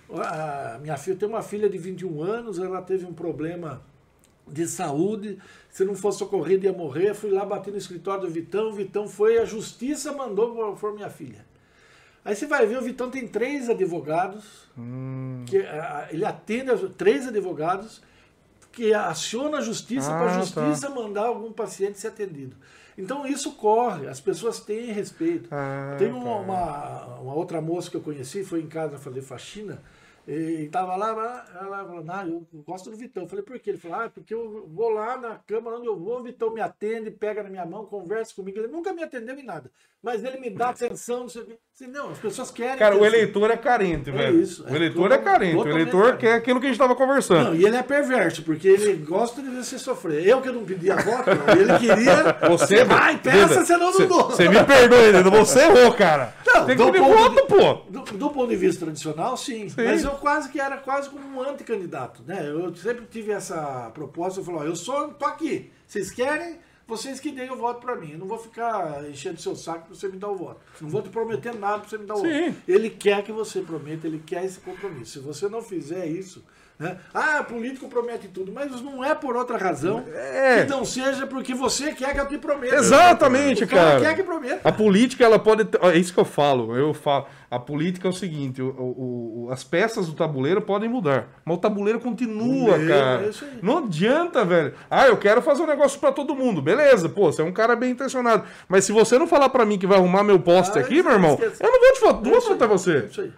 minha filha tem uma filha de 21 anos, ela teve um problema de saúde, se não fosse socorrido ia morrer, fui lá, bati no escritório do Vitão, o Vitão foi, a justiça mandou por minha filha. Aí você vai ver, o Vitão tem 3 advogados, que ele atende 3 advogados, que aciona a justiça para a justiça mandar algum paciente ser atendido. Então isso corre, as pessoas têm respeito. Tem uma outra moça que eu conheci, foi em casa fazer faxina, e estava lá, ela falou, não, eu gosto do Vitão. Eu falei, por quê? Ele falou, porque eu vou lá na câmara onde eu vou, o Vitão me atende, pega na minha mão, conversa comigo. Ele nunca me atendeu em nada, mas ele me dá atenção, não sei o quê. Não, as pessoas querem... Cara, o eleitor é carente, velho. Isso, o eleitor é carente, o eleitor quer aquilo que a gente estava conversando. Não, e ele é perverso, porque ele gosta de ver você sofrer. Eu que não pedia voto, ele queria... Você vai, peça, senão não dou. Você me perdoe, Dedo, você errou, cara. Não, tem que pedir voto, pô. Do ponto de vista tradicional, sim. Mas eu era quase como um anticandidato, né? Eu sempre tive essa proposta, eu falei, eu tô aqui. Vocês querem, vocês que deem o voto pra mim. Eu não vou ficar enchendo seu saco pra você me dar o voto. Não vou te prometer nada pra você me dar o voto. Ele quer que você prometa, ele quer esse compromisso. Se você não fizer isso, né? Político promete tudo, mas não é por outra razão que não seja porque você quer que eu te prometa. Exatamente, cara. Quer que prometa. A política, ela pode... É isso que eu falo. A política é o seguinte, as peças do tabuleiro podem mudar, mas o tabuleiro continua, cara. É isso aí. Não adianta, velho. Eu quero fazer um negócio pra todo mundo. Beleza, pô, você é um cara bem intencionado. Mas se você não falar pra mim que vai arrumar meu poste aqui, meu irmão, eu não vou te votar, não vou votar você. É isso aí.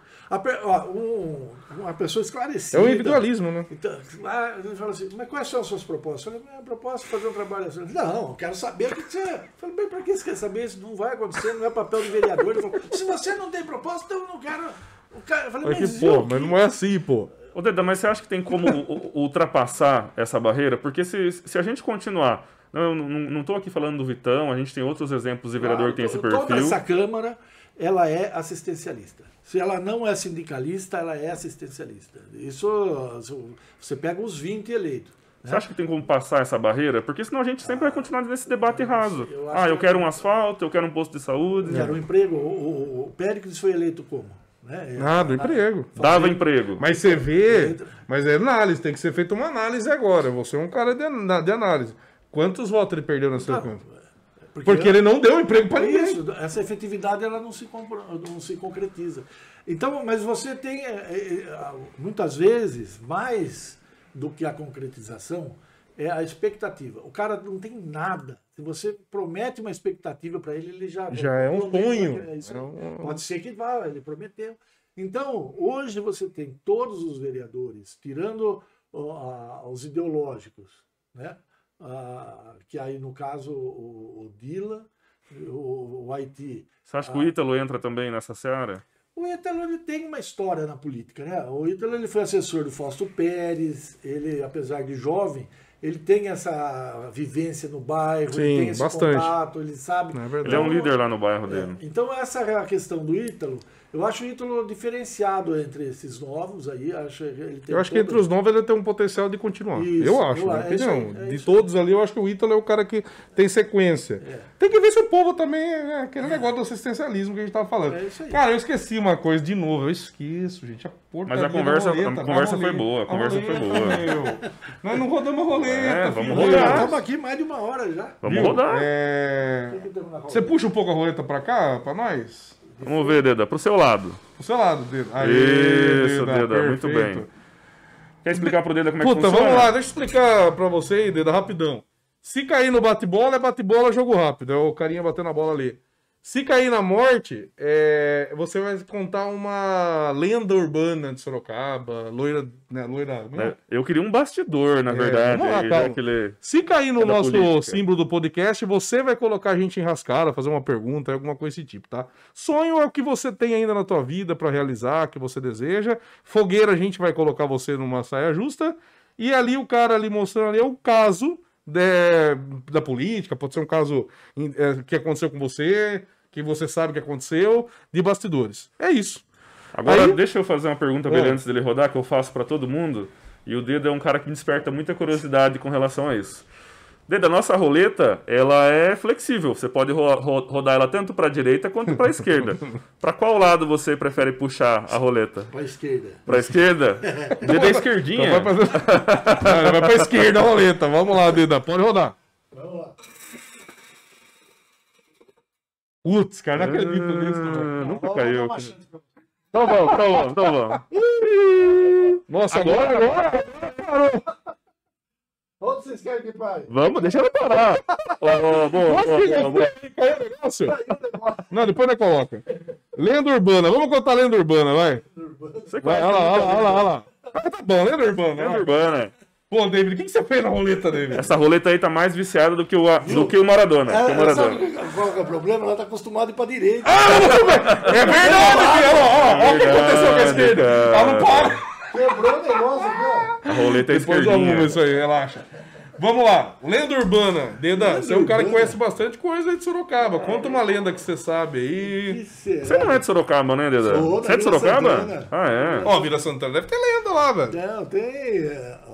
Uma pessoa esclarecida. É o individualismo, né? Então, ele fala assim, mas quais são as suas propostas? Eu falei, minha proposta é fazer um trabalho assim. Não, eu quero saber o que você... Eu falei, bem, pra que você quer saber? Isso não vai acontecer, não é papel de vereador. Ele falou, se você não tem proposta, então eu não quero... Eu falei, mas não é assim, pô. Ô, Deda, mas você acha que tem como ultrapassar essa barreira? Porque se a gente continuar... Eu não estou aqui falando do Vitão, a gente tem outros exemplos de vereador que tem esse perfil. Toda essa Câmara, ela é assistencialista. Se ela não é sindicalista, ela é assistencialista. Isso, você pega os 20 eleitos. Você acha que tem como passar essa barreira? Porque senão a gente sempre vai continuar nesse debate raso. Eu quero um asfalto, eu quero um posto de saúde. Quero um emprego. O Péricles foi eleito como? Né? Do emprego. Dava emprego. Mas você vê, mas é análise, tem que ser feita uma análise agora. Você é um cara de análise. Quantos votos ele perdeu na sua conta? Porque ele não deu emprego para ninguém. Isso, essa efetividade ela não se concretiza. Então, mas você tem, muitas vezes, mais do que a concretização, é a expectativa. O cara não tem nada. Se você promete uma expectativa para ele, ele já é um sonho. Pode ser que vá, ele prometeu. Então, hoje você tem todos os vereadores, tirando os ideológicos, né? Que aí, no caso, o Dila, o Haiti. Você acha que o Ítalo entra também nessa seara? O Ítalo ele tem uma história na política, né? O Ítalo ele foi assessor do Fausto Pérez, ele, apesar de jovem, ele tem essa vivência no bairro, Sim, ele tem esse bastante. contato, ele sabe. Não é verdade. Ele é um líder lá no bairro dele. Então essa é a questão do Ítalo. Eu acho o Ítalo diferenciado entre esses novos aí. Eu acho que entre os novos ele tem um potencial de continuar. Isso, eu acho, na é isso opinião. aí, é De isso todos ali, eu acho que o Ítalo é o cara que tem sequência. Tem que ver se o povo também é aquele negócio do assistencialismo que a gente tava falando. É isso aí. Cara, eu esqueci uma coisa de novo, eu esqueço, gente. Mas a conversa foi boa, a conversa foi boa. Nós não rodamos a roleta. Vamos filho. rodar. Estamos aqui mais de 1 hora já. Vamos Viu? rodar. Você puxa um pouco a roleta pra cá, pra nós? Vamos ver, Deda, pro seu lado. Pro seu lado, Deda. Isso, Deda, muito perfeito. bem. Quer explicar pro Deda como é que Puta, funciona? vamos lá, deixa eu explicar pra você aí, Deda, rapidão. Se cair no bate-bola, é bate-bola, jogo rápido. É o carinha batendo a bola ali. Se cair na morte, você vai contar uma lenda urbana de Sorocaba, loira... Né, loira Eu queria um bastidor, na verdade. vamos lá, aí, calma. já que ele... Se cair no É da nosso política. símbolo do podcast, você vai colocar a gente em rascada, fazer uma pergunta, alguma coisa desse tipo, tá? Sonho é o que você tem ainda na tua vida pra realizar, que você deseja. Fogueira, a gente vai colocar você numa saia justa. E ali o cara ali mostrando ali é o caso da política, pode ser um caso que aconteceu com você, que você sabe que aconteceu, de bastidores. É isso. Agora, Aí- deixa eu fazer uma pergunta pra ele antes dele rodar, que eu faço pra todo mundo. E o Deda é um cara que me desperta muita curiosidade com relação a isso. Deda, a nossa roleta, ela é flexível. Você pode rodar ela tanto pra direita quanto pra esquerda. Pra qual lado você prefere puxar a roleta? Para a esquerda. Pra esquerda? Deda é esquerdinha. Então vai pra esquerda a roleta. Vamos lá, Deda, pode rodar. Vamos lá. Putz, cara, não acredito nisso, velho. Nunca Vamos caiu. dar uma chance pra- Então vamos. Nossa, agora parou. Onde vocês querem que pare? Vamos, deixa ela parar. Boa. Caiu o negócio? Não, depois nós coloca. Lenda urbana, vamos contar lenda urbana, vai. Você Vai, olha lá. Ah, tá bom, lenda urbana. Lenda vai. urbana. Pô, David, o que você fez na roleta, David? Essa roleta aí tá mais viciada do que o Maradona. Sabe qual que é o problema? Ela está acostumada a ir para a direita. É verdade, filho. Ó o que aconteceu com a esquerda. cara. Ela não para. Quebrou o negócio aqui, ó. A roleta é Depois eu esquerdinha. arrumo isso aí, relaxa. Vamos lá, lenda urbana. Deda, você é um cara que urbana. conhece bastante coisa aí de Sorocaba. Conta uma lenda que você sabe aí. Que será? Você não é de Sorocaba, né, Deda? Sou, da Você é de Vila Sorocaba? Santana. Ah, é. Ó, Vila Santana deve ter lenda lá, velho. Não, tem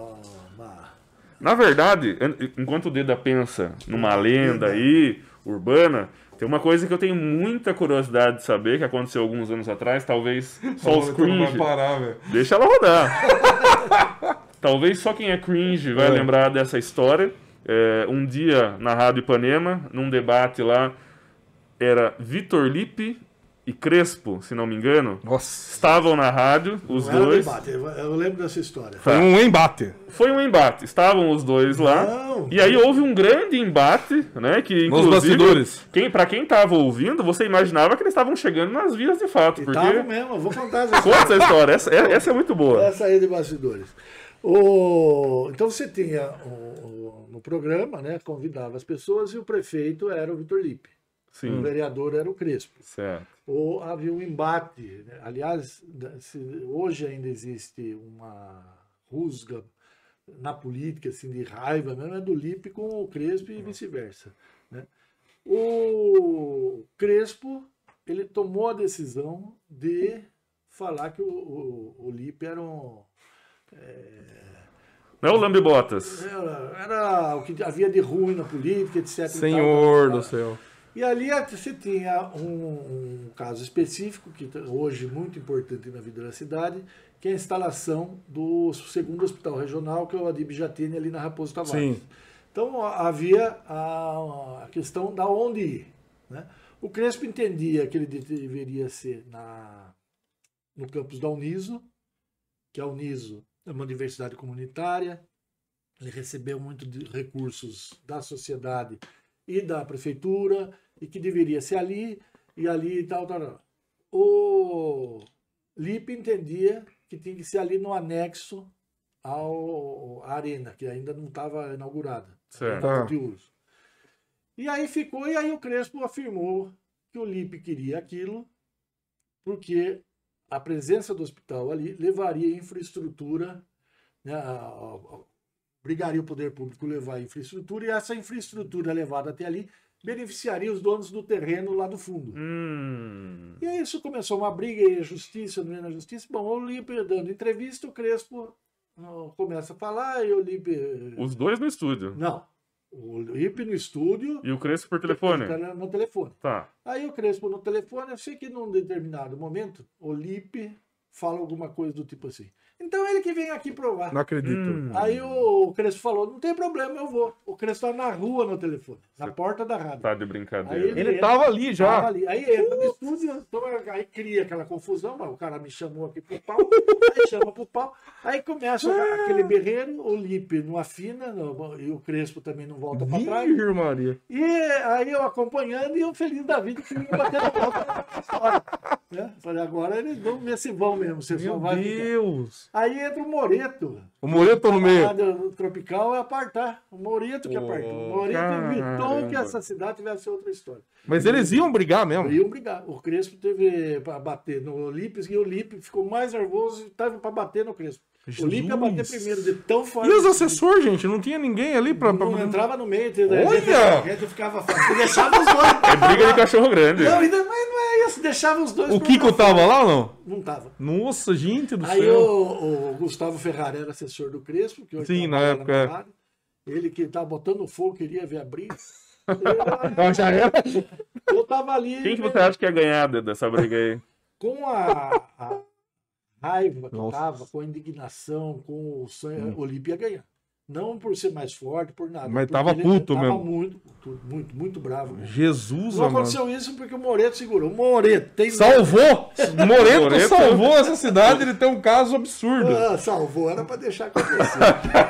Na verdade, enquanto o Deda pensa numa lenda aí, urbana, tem uma coisa que eu tenho muita curiosidade de saber, que aconteceu alguns anos atrás, talvez só os Não cringe. vai parar, velho. Deixa ela rodar. Talvez só quem é cringe vai lembrar dessa história. Um dia, na Rádio Ipanema, num debate lá, era Vitor Lippe e Crespo, se não me engano. Nossa. Estavam na rádio, os Não era dois. debate, eu lembro dessa história. Foi um embate. Foi um embate. Estavam os dois lá. Não. E aí houve um grande embate, né? Que Nos inclusive, bastidores. pra quem tava ouvindo, você imaginava que eles estavam chegando nas vias de fato. E Porque. tava mesmo, eu vou contar essa Conta história. essa história, essa é muito boa. Essa aí de bastidores. Então você tinha no programa, né, convidava as pessoas e o prefeito era o Vitor Lippe. O Sim, vereador era o Crespo. certo. Ou havia um embate, né? Aliás, hoje ainda existe uma rusga na política, assim, de raiva mesmo, é do Lippe com o Crespo e vice-versa, né? O Crespo, ele tomou a decisão de falar que o Lippe era Não é o Lambe-Botas. era o que havia de ruim na política, etc. e tal. Senhor do céu. E ali você tinha um caso específico, que hoje é muito importante na vida da cidade, que é a instalação do segundo hospital regional, que é o Adib Jatene, ali na Raposo Tavares. Sim. Então havia a questão da onde ir, né? O Crespo entendia que ele deveria ser no campus da Uniso, que a Uniso é uma universidade comunitária, ele recebeu muito de recursos da sociedade e da prefeitura, e que deveria ser ali, e tal. O Lippe entendia que tinha que ser ali no anexo à arena, que ainda não estava inaugurada. Certo. Estava de uso. E aí ficou, e aí o Crespo afirmou que o Lippe queria aquilo, porque a presença do hospital ali levaria infraestrutura, né, obrigaria o poder público a levar a infraestrutura e essa infraestrutura levada até ali beneficiaria os donos do terreno lá do fundo. E aí isso começou uma briga e a justiça, não é na justiça. Bom, o Olímpio dando entrevista, o Crespo começa a falar e o Olímpio... Os dois no estúdio. Não, o Olímpio no estúdio... E o Crespo por telefone? No telefone. Tá. Aí o Crespo no telefone, eu sei que num determinado momento, o Olímpio fala alguma coisa do tipo assim. Então ele que vem aqui provar. Não acredito. Aí o Crespo falou, não tem problema, eu vou. O Crespo tá na rua no telefone, na porta da rádio. Tá de brincadeira. Aí Ele tava ali já. Tava ali. Aí entra no estúdio, então, aí cria aquela confusão, mas o cara me chamou aqui pro pau, aí chama pro pau, aí começa aquele berreiro, o Lipe não afina, e o Crespo também não volta pra trás. Virgem Maria. E aí eu acompanhando e eu feliz da vida que ia bater na volta na história. Né? Falei, agora eles vão ver se vão mesmo, você só Meu vai Deus. Aí entra o Moreto. O Moreto no meio. O Tropical é apartar. O Moreto que apartou. O Moreto evitou que essa cidade tivesse outra história. Mas eles iam brigar mesmo. Iam brigar. O Crespo teve para bater no Lipe e o Lipe ficou mais nervoso e estava para bater no Crespo. Jesus. O Lipe ia bater primeiro, de tão forte. E os assessores, gente? Não tinha ninguém ali pra... Não entrava no meio. Olha! A gente ficava fácil. Deixava os dois. É briga de cachorro grande. Não, mas não é isso. Deixava os dois. O Kiko tava lá ou não? Não tava. Nossa, gente do Aí céu. o Gustavo Ferrari era assessor do Crespo, que hoje Sim, na trabalha época, rádio. Ele que tava botando fogo, queria ver a briga. Não, já era. Eu tava ali. Quem que você acha que ia ganhar dessa briga aí? Com a raiva que Nossa. tava, com a indignação, com o sonho, o Olímpio ia ganhar. Não por ser mais forte, por nada. Mas porque tava ele puto tava mesmo. muito bravo. Mesmo. Jesus, Não amado. aconteceu isso porque o Moreto segurou. O Moreto tem. Salvou! Moreto Moreto. salvou essa cidade, ele tem um caso absurdo. Ah, salvou, era pra deixar acontecer.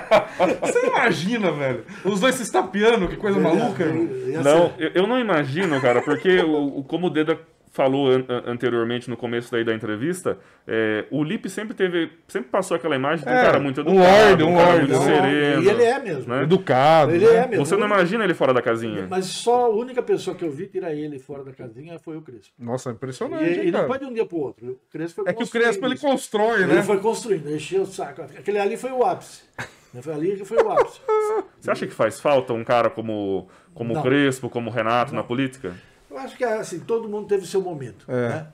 Você imagina, velho? Os dois se estapeando, que coisa maluca, irmão. Ia Não, ser- eu não imagino, cara, porque como o Deda falou anteriormente no começo daí da entrevista, o Lipe sempre passou aquela imagem de um cara muito um educado, lorde, um cara lorde. muito sereno. E ele é mesmo. né? Educado. Ele né? é mesmo. Você não imagina ele fora da casinha. Mas só a única pessoa que eu vi tirar ele fora da casinha foi o Crespo. Nossa, impressionante, E hein, não cara? foi de um dia pro outro. O Crespo foi É que o construindo Crespo, ele isso. constrói, né? Ele foi construindo, encheu o saco. Aquele ali foi o ápice. Foi ali que foi o ápice. Você acha que faz falta um cara como o Não. Crespo, como o Renato na política? Eu acho que assim, todo mundo teve seu momento. É. Né?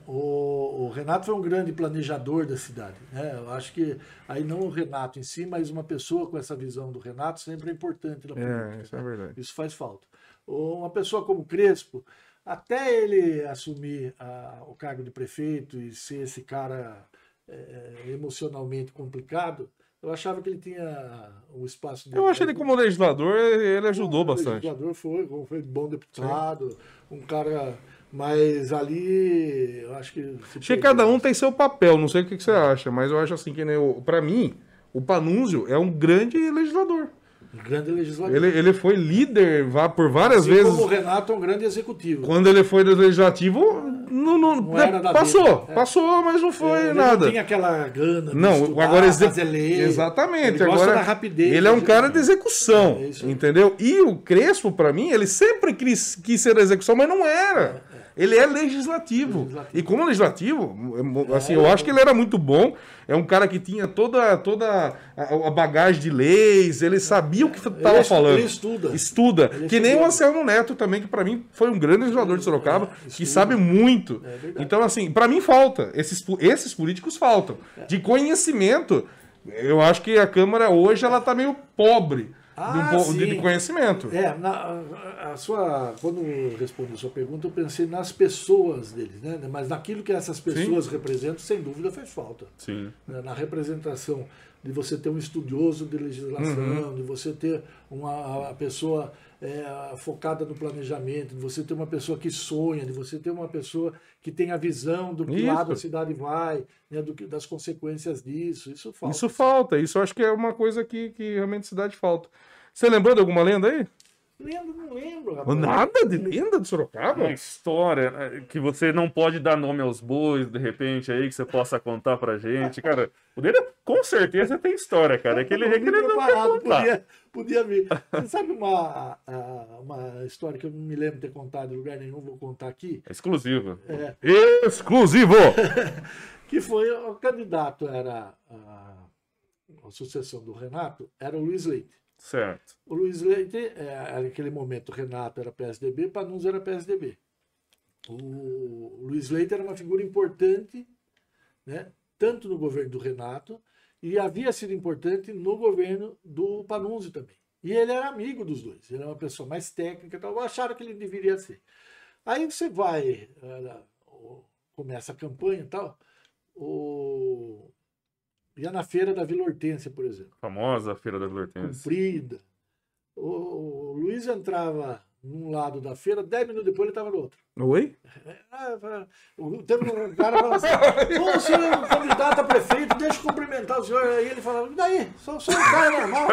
O Renato foi um grande planejador da cidade. Né? Eu acho que aí não o Renato em si, mas uma pessoa com essa visão do Renato sempre é importante na política. Isso é verdade. Isso faz falta. Uma pessoa como o Crespo, até ele assumir o cargo de prefeito e ser esse cara emocionalmente complicado, eu achava que ele tinha o espaço dele. Eu acho ele como legislador, ele ajudou O bastante. legislador foi bom deputado, um cara. Mas ali, eu acho que. Acho que cada um tem seu papel, não sei o que você acha, mas eu acho assim que, pra mim, o Panunzio é um grande legislador. Um grande legislador. Ele foi líder por várias Assim vezes. como o Renato é um grande executivo. Quando ele foi do legislativo, Não era da passou, dele. passou, mas não foi Ele nada. não tinha aquela gana de Não, estudar, agora fazer lei. exatamente. Ele gosta Agora da rapidez. ele é um cara de execução, É isso aí. entendeu? E o Crespo, pra mim, ele sempre quis ser da execução, mas não era. Ele é legislativo. E como legislativo, assim, eu acho que ele era muito bom. É um cara que tinha toda a bagagem de leis, ele sabia o que estava falando. Ele estuda. Estuda. Ele Que nem o estudou. Anselmo Neto também, que pra mim foi um grande legislador de Sorocaba, que sabe muito. verdade. Então, assim, pra mim falta. Esses políticos faltam. De conhecimento, eu acho que a Câmara hoje ela tá meio pobre de sim. conhecimento. Quando eu respondi a sua pergunta, eu pensei nas pessoas deles, né? Mas naquilo que essas pessoas representam, sem dúvida faz falta. Sim. Na representação de você ter um estudioso de legislação, de você ter uma pessoa focada no planejamento, de você ter uma pessoa que sonha, de você ter uma pessoa que tem a visão do que lado a cidade vai, né, das consequências disso. Isso falta. Isso falta. Isso eu acho que é uma coisa que realmente a cidade falta. Você lembrou de alguma lenda aí? Não lembro, rapaz. Nada de lenda de Sorocaba? Uma história, né, que você não pode dar nome aos bois, de repente, aí, que você possa contar pra gente. Cara, o dele com certeza tem história, cara. É que ele Não vim não quer preparado, contar. podia vir. Você sabe uma história que eu não me lembro de ter contado em lugar nenhum, vou contar aqui? É exclusivo. Exclusivo! Que foi o candidato, era a sucessão do Renato, era o Luiz Leite. Certo. O Luiz Leite, naquele momento, o Renato era PSDB, Panunzio era PSDB. O Luiz Leite era uma figura importante, né, tanto no governo do Renato, e havia sido importante no governo do Panunzio também. E ele era amigo dos dois, ele era uma pessoa mais técnica, então acharam que ele deveria ser. Aí você vai, começa a campanha e tal, ia na feira da Vila Hortência, por exemplo. Famosa Feira da Vila Hortência. Comprida. O Luiz entrava num lado da feira, 10 minutos depois ele estava no outro. Oi? Teve um cara falando assim, o senhor é um candidato a prefeito, deixa eu cumprimentar o senhor. Aí ele falava, e daí? Sou um cara normal.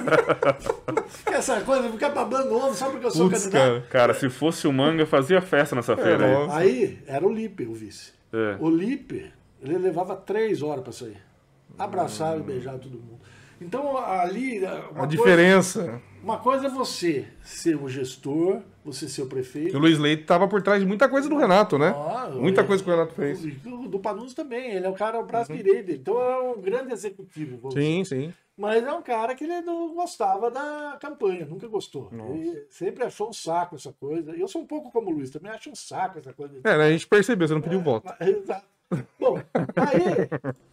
Essa coisa, ficar babando ovo só porque eu sou candidato. Cara, se fosse o Manga, fazia festa nessa feira aí. Aí era o Lipe, o vice. É. O Lipe, ele levava 3 horas para sair. Abraçava e beijava todo mundo. Então ali... A diferença... Uma coisa é você ser o gestor, você ser o prefeito. E o Luiz Leite estava por trás de muita coisa do Renato, né? Muita coisa que o Renato fez. Do Panunzio também, ele é o braço direito dele. Então é um grande executivo. Sim, sim. Mas é um cara que ele não gostava da campanha, nunca gostou. Ele sempre achou um saco essa coisa. E eu sou um pouco como o Luiz, também acho um saco essa coisa. Né, a gente percebeu, você não pediu voto. Exato. Bom, aí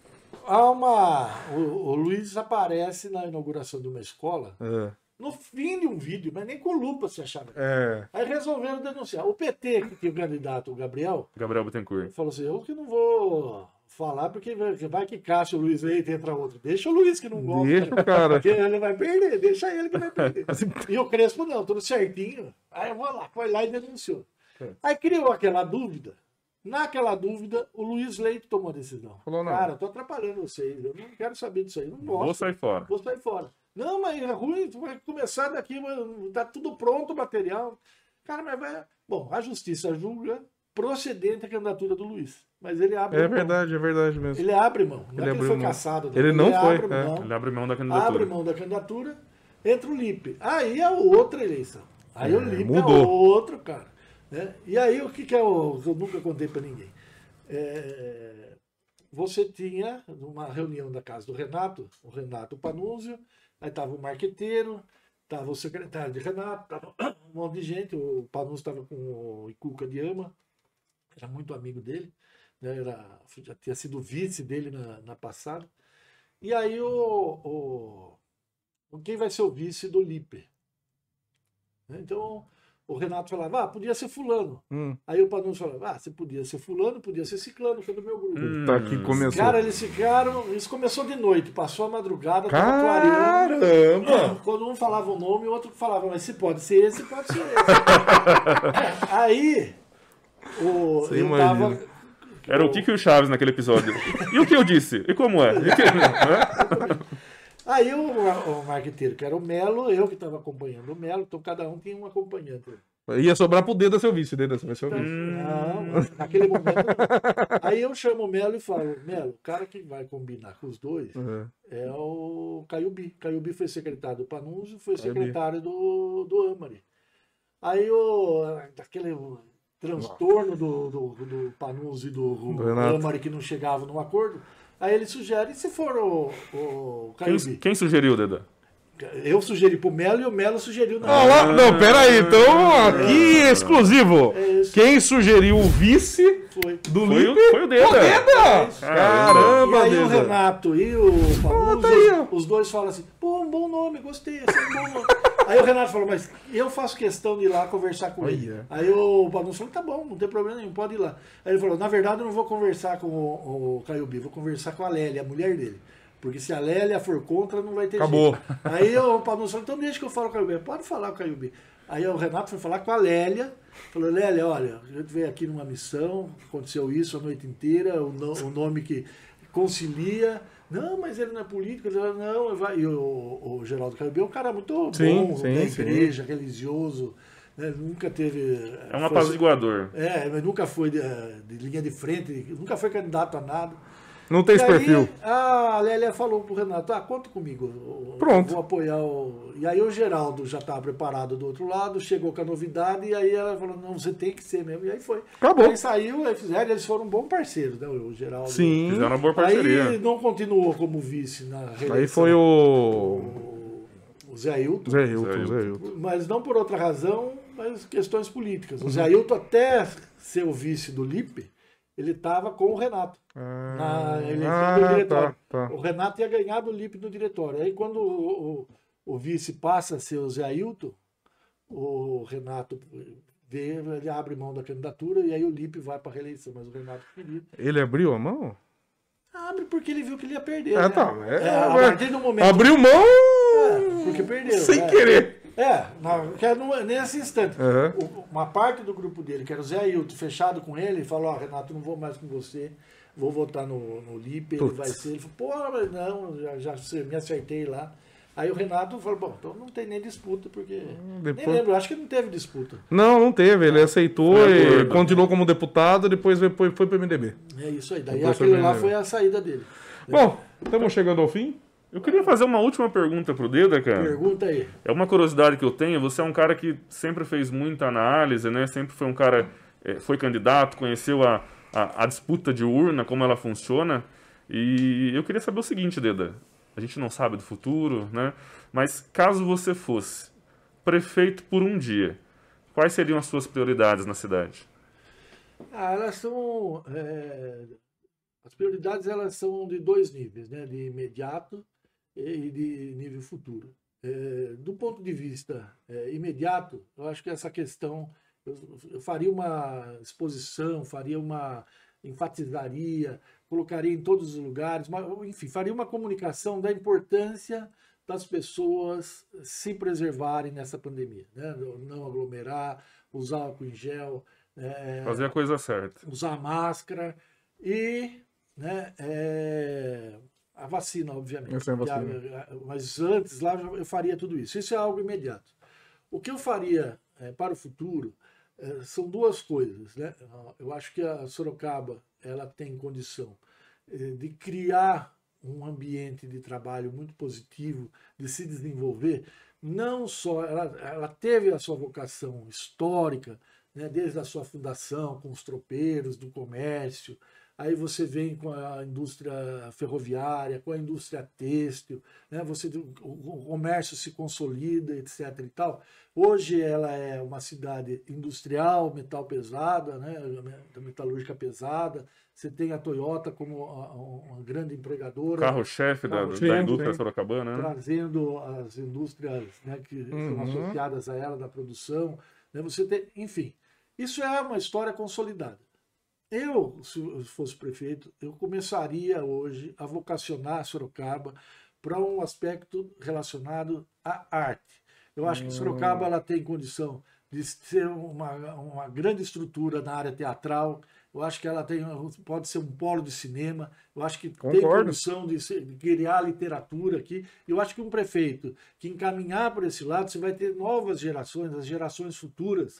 o Luiz aparece na inauguração de uma escola. No fim de um vídeo, mas nem com lupa se achava. Aí resolveram denunciar. O PT, que tinha o candidato, o Gabriel Bittencourt, falou assim, eu que não vou falar, porque vai que Cássio, o Luiz Leite, entra outro. Deixa o Luiz que não gosta. Deixa o cara. Porque ele vai perder, deixa ele que vai perder. E o Crespo não, tudo certinho. Aí eu vou lá, foi lá e denunciou. Aí criou aquela dúvida. Naquela dúvida, o Luiz Leite tomou a decisão. Falou, não. Cara, tô atrapalhando vocês, eu não quero saber disso aí, não gosto. Vou sair fora. Vou sair fora. Não, mas é ruim, vai começar daqui, tá tudo pronto o material. Cara, mas vai... Bom, a justiça julga procedente a candidatura do Luiz. Mas ele abre mão. É verdade mesmo. Ele abre mão. Não Ele é que ele foi mão. caçado. Ele não foi. Ele abre mão da candidatura. Abre mão da candidatura, entra o Lipe. Aí é outra eleição. Aí o Lipe mudou. é outro cara. Né? E aí o que é o que eu nunca contei para ninguém? Você tinha uma reunião da casa do Renato, o Renato Panunzio, aí estava o marqueteiro, estava o secretário de Renato, estava um monte de gente, o Panunzio estava com o Icuca de Ama, era muito amigo dele, né? Já tinha sido vice dele na passada. E aí quem vai ser o vice do Lipe? Então o Renato falava, podia ser fulano. Aí o Panunzio falava, você podia ser fulano, podia ser ciclano, que é do meu grupo. Tá aqui começou. Cara, eles ficaram, isso começou de noite, passou a madrugada, Caramba! clareando. Quando um falava o nome, o outro falava, mas se pode ser esse, pode ser esse. Aí, Você eu imagina. tava... Era o Kiko e o Chaves naquele episódio. E o que eu disse? E como é? Aí o marqueteiro, que era o Melo, eu que estava acompanhando o Melo, então cada um tinha um acompanhante. Ia sobrar pro dedo seu vice, vai ser o vice. Não, naquele momento não. Aí eu chamo o Melo e falo, Melo, o cara que vai combinar com os dois é o Caiubi. Caiubi foi secretário do Panunzio, foi secretário do Amari. Aí aquele transtorno do Panunzio e do Amari que não chegavam num acordo, aí ele sugere, e se for o Caiubi? Quem sugeriu, Dedé? Eu sugeri pro Melo e o Melo sugeriu na Não, pera aí. Então, aqui exclusivo. Quem sugeriu o vice do Lipe foi o Deda. Caramba, E aí Deda. o Renato e o Panunzio, tá aí, os dois falam assim, pô, um bom nome, gostei, esse é um bom nome. Aí o Renato falou, mas eu faço questão de ir lá conversar com ele. Aí o Panunzio falou, tá bom, não tem problema nenhum, pode ir lá. Aí ele falou, na verdade eu não vou conversar com o Caiubi, vou conversar com a Lélia, a mulher dele. Porque se a Lélia for contra, não vai ter Acabou. jeito. Aí o Panunzio falou, então deixa que eu falo com o Caiubi. Pode falar com o Caiubi. Aí o Renato foi falar com a Lélia, falou, Lélia, olha, a gente veio aqui numa missão, aconteceu isso a noite inteira, o nome que concilia. Não, mas ele não é político, ele não, e o Geraldo Caiubi é um cara muito bom, da igreja, religioso, né? Nunca teve... É um apaziguador. Mas nunca foi de linha de frente, nunca foi candidato a nada. Não tem esse perfil. A Lélia falou pro Renato, conta comigo. Pronto. Vou apoiar o... E aí o Geraldo já estava preparado do outro lado, chegou com a novidade, e aí ela falou, não, você tem que ser mesmo. E aí foi. Acabou. Aí saiu, aí fizeram, eles foram um bom parceiro, né? O Geraldo. Sim. Fizeram uma boa parceria. Aí não continuou como vice na reeleição. Aí foi o o Zé Ailton. Zé Ailton. Mas não por outra razão, mas questões políticas. O Zé Ailton, até ser o vice do Lippe, ele estava com o Renato na eleição do diretório. Tá. O Renato ia ganhar do Lippe no diretório. Aí quando o vice passa a ser o Zé Ailton, o Renato vê, ele abre mão da candidatura e aí o Lippe vai para a reeleição. Mas o Renato queria. Ele abriu a mão? Abre porque ele viu que ele ia perder. Né? Tá. A partir do momento. Abriu mão! Porque perdeu. Sem querer. Nesse instante. Uma parte do grupo dele, que era o Zé Ailton, fechado com ele, falou: Renato, não vou mais com você, vou votar no Lippe, ele vai ser. Ele falou: pô, mas não, já me acertei lá. Aí o Renato falou: bom, então não tem nem disputa, porque. Nem lembro, acho que não teve disputa. Não teve, ele aceitou e continuou como deputado, depois foi pro MDB. É isso aí, daí aquilo lá foi a saída dele. Bom, estamos chegando ao fim. Eu queria fazer uma última pergunta pro Deda, cara. Pergunta aí. É uma curiosidade que eu tenho. Você é um cara que sempre fez muita análise, né? Sempre foi um cara, foi candidato, conheceu a disputa de urna, como ela funciona. E eu queria saber o seguinte, Deda. A gente não sabe do futuro, né? Mas caso você fosse prefeito por um dia, quais seriam as suas prioridades na cidade? Elas são... as prioridades elas são de dois níveis, né? De imediato e de nível futuro. Do ponto de vista imediato, eu acho que essa questão, eu faria uma exposição, enfatizaria, colocaria em todos os lugares, mas, enfim, faria uma comunicação da importância das pessoas se preservarem nessa pandemia, né? Não aglomerar, usar álcool em gel, fazer a coisa certa, usar máscara e, né, a vacina, obviamente. Mas antes lá eu faria tudo isso. Isso é algo imediato. O que eu faria para o futuro são duas coisas, né? Eu acho que a Sorocaba ela tem condição de criar um ambiente de trabalho muito positivo, de se desenvolver. Não só ela teve a sua vocação histórica, né, desde a sua fundação, com os tropeiros do comércio. Aí você vem com a indústria ferroviária, com a indústria têxtil, né? O comércio se consolida, etc. e tal. Hoje ela é uma cidade industrial, metal pesada, né? Metalúrgica pesada. Você tem a Toyota como uma grande empregadora. Carro-chefe da indústria sorocabana, né? Trazendo as indústrias, né, que são associadas a ela da produção. Né? Você tem, enfim, isso é uma história consolidada. Eu, se eu fosse prefeito, eu começaria hoje a vocacionar Sorocaba para um aspecto relacionado à arte. Eu acho que Sorocaba ela tem condição de ser uma grande estrutura na área teatral. Eu acho que ela pode ser um polo de cinema. Eu acho que tem condição de criar literatura aqui. Eu acho que um prefeito que encaminhar por esse lado, você vai ter novas gerações, as gerações futuras,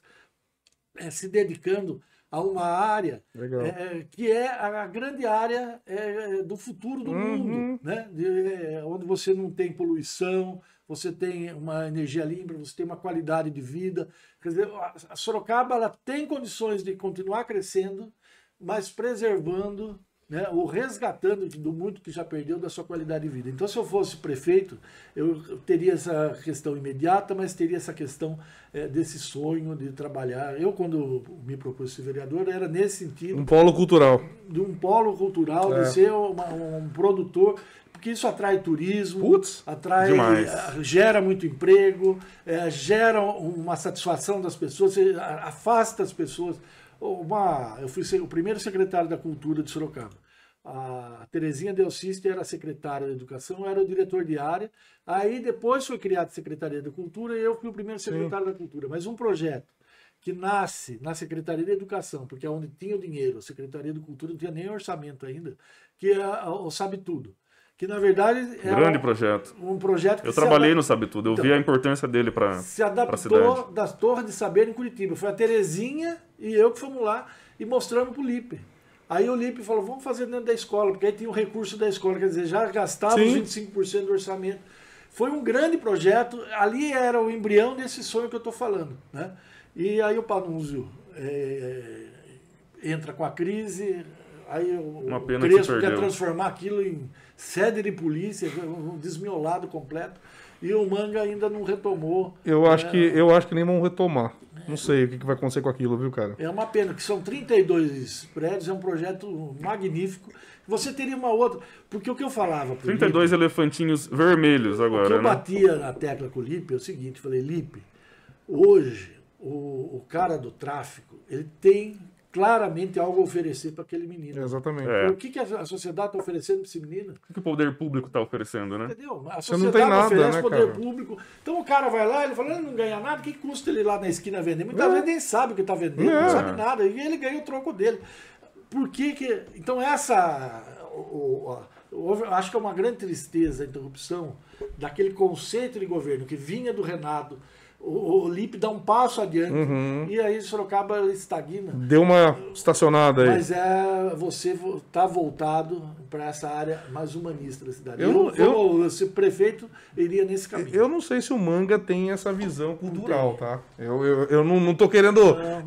se dedicando a uma área que é a grande área do futuro do mundo, né? Onde você não tem poluição, você tem uma energia limpa, você tem uma qualidade de vida. Quer dizer, a Sorocaba ela tem condições de continuar crescendo, mas preservando, né, ou resgatando do muito que já perdeu da sua qualidade de vida. Então, se eu fosse prefeito, eu teria essa questão imediata, mas teria essa questão desse sonho de trabalhar. Eu, quando me propus ser vereador, era nesse sentido. Um polo cultural. De um polo cultural, de ser um produtor, porque isso atrai turismo, gera muito emprego, gera uma satisfação das pessoas, afasta as pessoas. Eu fui o primeiro secretário da Cultura de Sorocaba. A Terezinha Delciste era a secretária da Educação, eu era o diretor de área. Aí depois foi criada a Secretaria da Cultura e eu fui o primeiro secretário da Cultura. Mas um projeto que nasce na Secretaria da Educação, porque é onde tinha o dinheiro, a Secretaria da Cultura não tinha nem orçamento ainda, que é o Sabe Tudo. Que na verdade é grande projeto. Um projeto que eu trabalhei no Sabe Tudo, eu vi a importância dele para a cidade. Se adaptou das Torres de Saber em Curitiba. Foi a Terezinha e eu que fomos lá e mostramos para o Lippe. Aí o Lippe falou, vamos fazer dentro da escola, porque aí tinha o recurso da escola, quer dizer, já gastava os 25% do orçamento. Foi um grande projeto, ali era o embrião desse sonho que eu estou falando, né? E aí o Panunzio entra com a crise, Aí Uma o pena que Crespo quer perdeu. transformar aquilo em sede de polícia, um desmiolado completo. E o Manga ainda não retomou. Eu acho que nem vão retomar. Não sei o que vai acontecer com aquilo, viu, cara? É uma pena, que são 32 prédios, é um projeto magnífico. Você teria uma outra. Porque o que eu falava pro 32 elefantinhos vermelhos o que agora, eu né? batia na tecla com o Lipe é o seguinte, falei, Lipe, hoje o cara do tráfico, ele tem claramente algo a oferecer para aquele menino. Exatamente. É. O que a sociedade está oferecendo para esse menino? O que o poder público está oferecendo, né? Entendeu? A Você não sociedade tem nada, oferece né, poder cara? público. Então o cara vai lá, ele fala, ele não ganha nada, que custa ele ir lá na esquina vender? Muitas vezes nem sabe o que está vendendo, É. não sabe nada, e ele ganha o troco dele. Por que que... Então essa... eu acho que é uma grande tristeza a interrupção daquele conceito de governo que vinha do Renato. O Lipe dá um passo adiante e aí Sorocaba estagna. Deu uma estacionada aí. Mas você está voltado para essa área mais humanista da cidade. Se prefeito, iria nesse caminho. Eu não sei se o Manga tem essa visão cultural, tá? Eu não tô querendo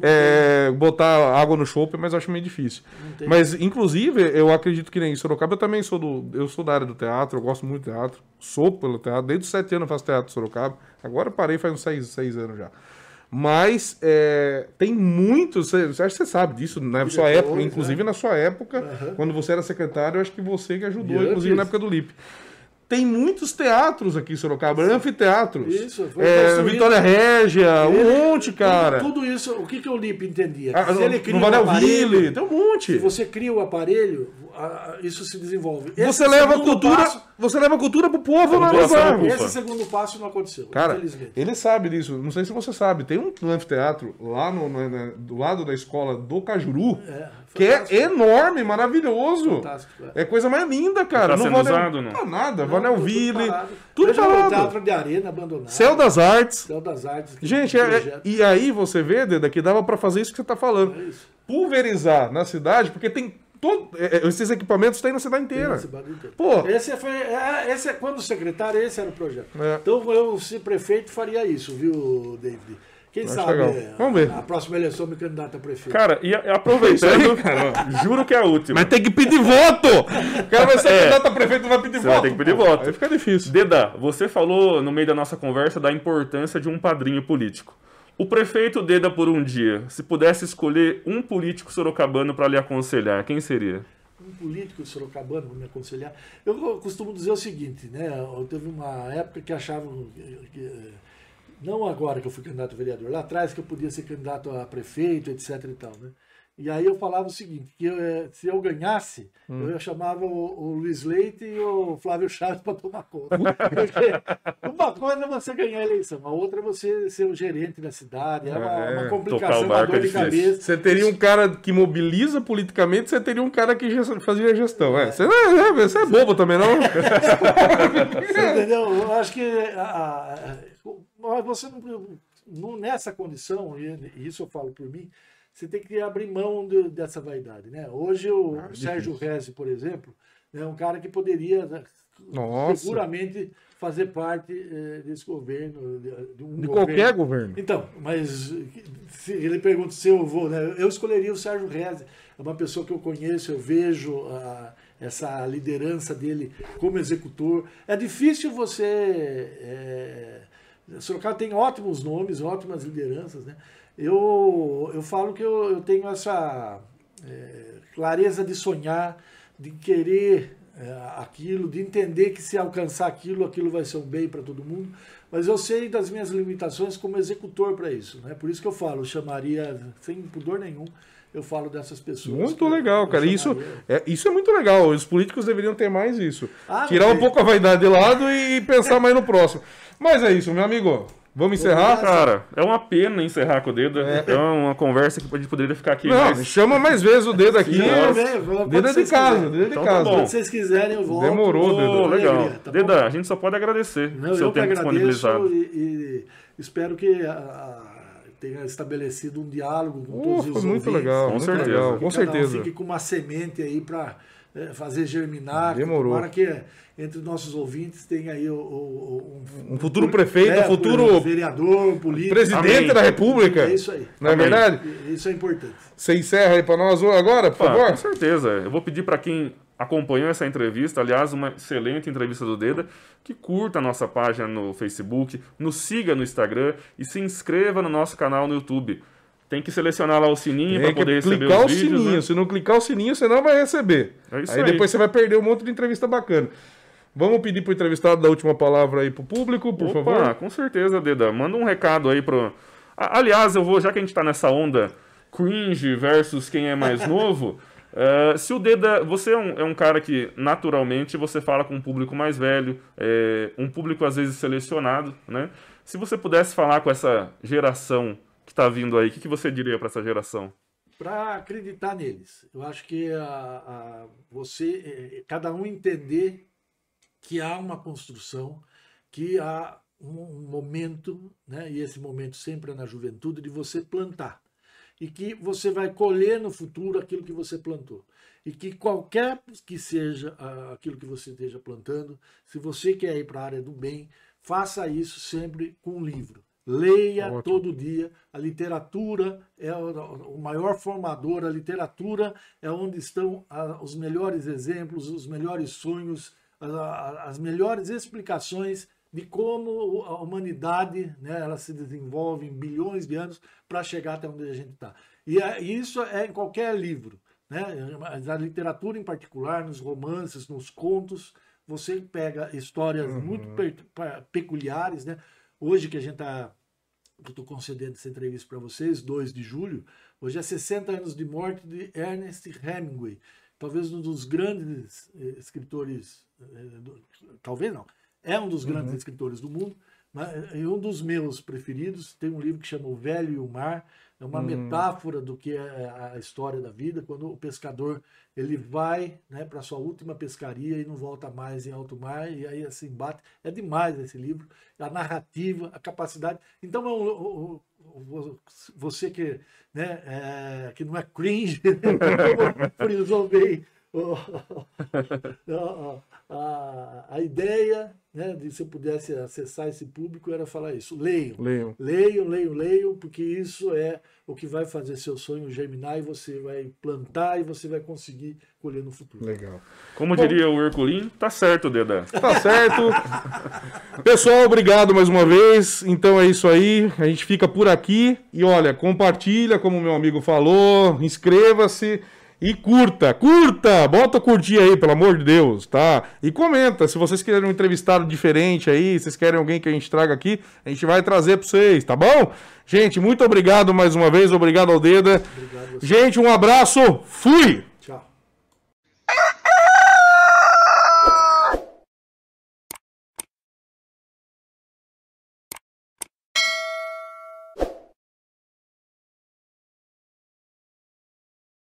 botar água no chope, mas acho meio difícil. Mas, inclusive, eu acredito que nem em Sorocaba, eu também eu sou da área do teatro, eu gosto muito de teatro, sou pelo teatro, desde os 7 anos eu faço teatro em Sorocaba, agora eu parei faz uns 6 anos já. Mas tem muitos, acho que você sabe disso, na sua época, inclusive na sua época, quando você era secretário, eu acho que você que ajudou, inclusive na época do Lipe. Tem muitos teatros aqui em Sorocaba, anfiteatros. Isso, foi Vitória Régia, um monte, cara. Tudo isso, o que o Lipe entendia? Se ele cria no Vanelville, tem um monte. Se você cria o aparelho, isso se desenvolve. Você leva a cultura pro povo lá no bairro. Esse segundo passo não aconteceu, cara, infelizmente. ele sabe disso. Não sei se você sabe. Tem um anfiteatro lá do lado da escola do Cajuru, que é enorme, maravilhoso. Fantástico, é coisa mais linda, cara. Tá sendo usado, não? Não, nada. Vanelville, tudo tudo parado. Teatro de arena abandonado. Céu das Artes. Céu das Artes. Gente, e aí você vê, Deda, que dava pra fazer isso que você tá falando. Pulverizar na cidade, porque tem esses equipamentos tem na cidade inteira. Pô, esse quando secretário, esse era o projeto. Então eu, se prefeito, faria isso, viu, David? Quem sabe Vamos ver. a próxima eleição me candidata a prefeito. Cara, e aproveitando, juro que é a última. Mas tem que pedir voto! O cara vai ser candidato a prefeito e vai pedir voto. Vai ter que pedir voto. Aí fica difícil. Deda, você falou no meio da nossa conversa da importância de um padrinho político. O prefeito Deda, por um dia, se pudesse escolher um político sorocabano para lhe aconselhar, quem seria? Um político sorocabano para me aconselhar. Eu costumo dizer o seguinte, né? Teve uma época que achavam não agora que eu fui candidato a vereador, lá atrás que eu podia ser candidato a prefeito, etc e tal, né? E aí eu falava o seguinte, que se eu ganhasse, eu chamava o Luiz Leite e o Flávio Chaves para tomar conta. Porque uma coisa é você ganhar a eleição, a outra é você ser o gerente da cidade, é uma complicação, uma dor de cabeça. Você teria um cara que mobiliza politicamente, você teria um cara que fazia gestão. Você é bobo também, não? Você entendeu? Eu acho que você não, nessa condição, e isso eu falo por mim, você tem que abrir mão dessa vaidade, né? Hoje o Sérgio Rezi, por exemplo, é um cara que poderia seguramente fazer parte desse governo, de qualquer governo. Então, mas se ele pergunta se eu vou, né? Eu escolheria o Sérgio Rezi, é uma pessoa que eu conheço, eu vejo essa liderança dele como executor. É difícil você... Sorocaba tem ótimos nomes, ótimas lideranças, né? Eu falo que eu tenho essa clareza de sonhar, de querer aquilo, de entender que se alcançar aquilo vai ser um bem para todo mundo, mas eu sei das minhas limitações como executor para isso, né? Por isso que eu falo, eu chamaria, sem pudor nenhum, eu falo dessas pessoas. Muito legal, cara. Isso é muito legal. Os políticos deveriam ter mais isso. Tirar um pouco a vaidade de lado e pensar mais no próximo. Mas é isso, meu amigo. Vamos encerrar? Cara, é uma pena encerrar com o Deda. É uma conversa que a gente poderia ficar aqui. Chama mais vezes o Deda aqui. Deda de casa, Deda de casa. Se vocês quiserem, eu volto. Demorou, Deda. Legal. Deda, a gente só pode agradecer o seu tempo disponibilizado. E espero que tenha estabelecido um diálogo com todos os ouvintes. Muito legal, com muito certeza. legal, com que cada um certeza. fique com uma semente aí para fazer germinar. Demorou. Tomara que entre nossos ouvintes tenha aí um futuro prefeito, um futuro vereador, político. Presidente Amém. da República. É isso aí. Não é verdade? Isso é importante. Você encerra aí para nós agora, por favor? Com certeza. Eu vou pedir para quem acompanhou essa entrevista, aliás, uma excelente entrevista do Deda, que curta a nossa página no Facebook, nos siga no Instagram e se inscreva no nosso canal no YouTube. Tem que selecionar lá o sininho para poder receber clicar os vídeos. o sininho. Né? Se não clicar o sininho, você não vai receber. É isso aí depois você vai perder um monte de entrevista bacana. Vamos pedir pro entrevistado dar a última palavra aí pro público, por favor? Com certeza, Deda. Manda um recado aí pro... Aliás, eu vou, já que a gente tá nessa onda cringe versus quem é mais novo, se o Deda... Você é um cara que, naturalmente, você fala com um público mais velho, um público, às vezes, selecionado, né? Se você pudesse falar com essa geração que tá vindo aí, o que você diria para essa geração? Para acreditar neles. Eu acho que cada um entender que há uma construção, que há um momento, né, e esse momento sempre é na juventude, de você plantar. E que você vai colher no futuro aquilo que você plantou. E que qualquer que seja aquilo que você esteja plantando, se você quer ir para a área do bem, faça isso sempre com um livro. Leia todo dia. A literatura é o maior formador, a literatura é onde estão os melhores exemplos, os melhores sonhos, as melhores explicações de como a humanidade, né, ela se desenvolve em bilhões de anos para chegar até onde a gente está. E isso é em qualquer livro, né? Mas a literatura em particular, nos romances, nos contos, você pega histórias muito peculiares, né? Hoje que a gente está... Eu estou concedendo essa entrevista para vocês, 2 de julho, hoje é 60 anos de morte de Ernest Hemingway, talvez um dos grandes escritores, talvez não, é um dos grandes escritores do mundo, mas é um dos meus preferidos. Tem um livro que chama O Velho e o Mar, é uma metáfora do que é a história da vida, quando o pescador ele vai, né, para sua última pescaria e não volta mais em alto mar, e aí assim bate. É demais esse livro, a narrativa, a capacidade. Então você que, né, que não é cringe, como frisou bem a ideia, né, de se eu pudesse acessar esse público era falar isso. Leiam, porque isso é o que vai fazer seu sonho germinar, e você vai plantar e você vai conseguir colher no futuro. Legal. Como diria o Herculin, tá certo, Deda. Tá certo. Pessoal, obrigado mais uma vez. Então é isso aí. A gente fica por aqui. E olha, compartilha, como meu amigo falou, inscreva-se. E curta, bota curtir aí, pelo amor de Deus, tá? E comenta, se vocês querem um entrevistado diferente aí, se vocês querem alguém que a gente traga aqui, a gente vai trazer pra vocês, tá bom? Gente, muito obrigado mais uma vez, obrigado ao Deda. Obrigado. Gente, um abraço, fui!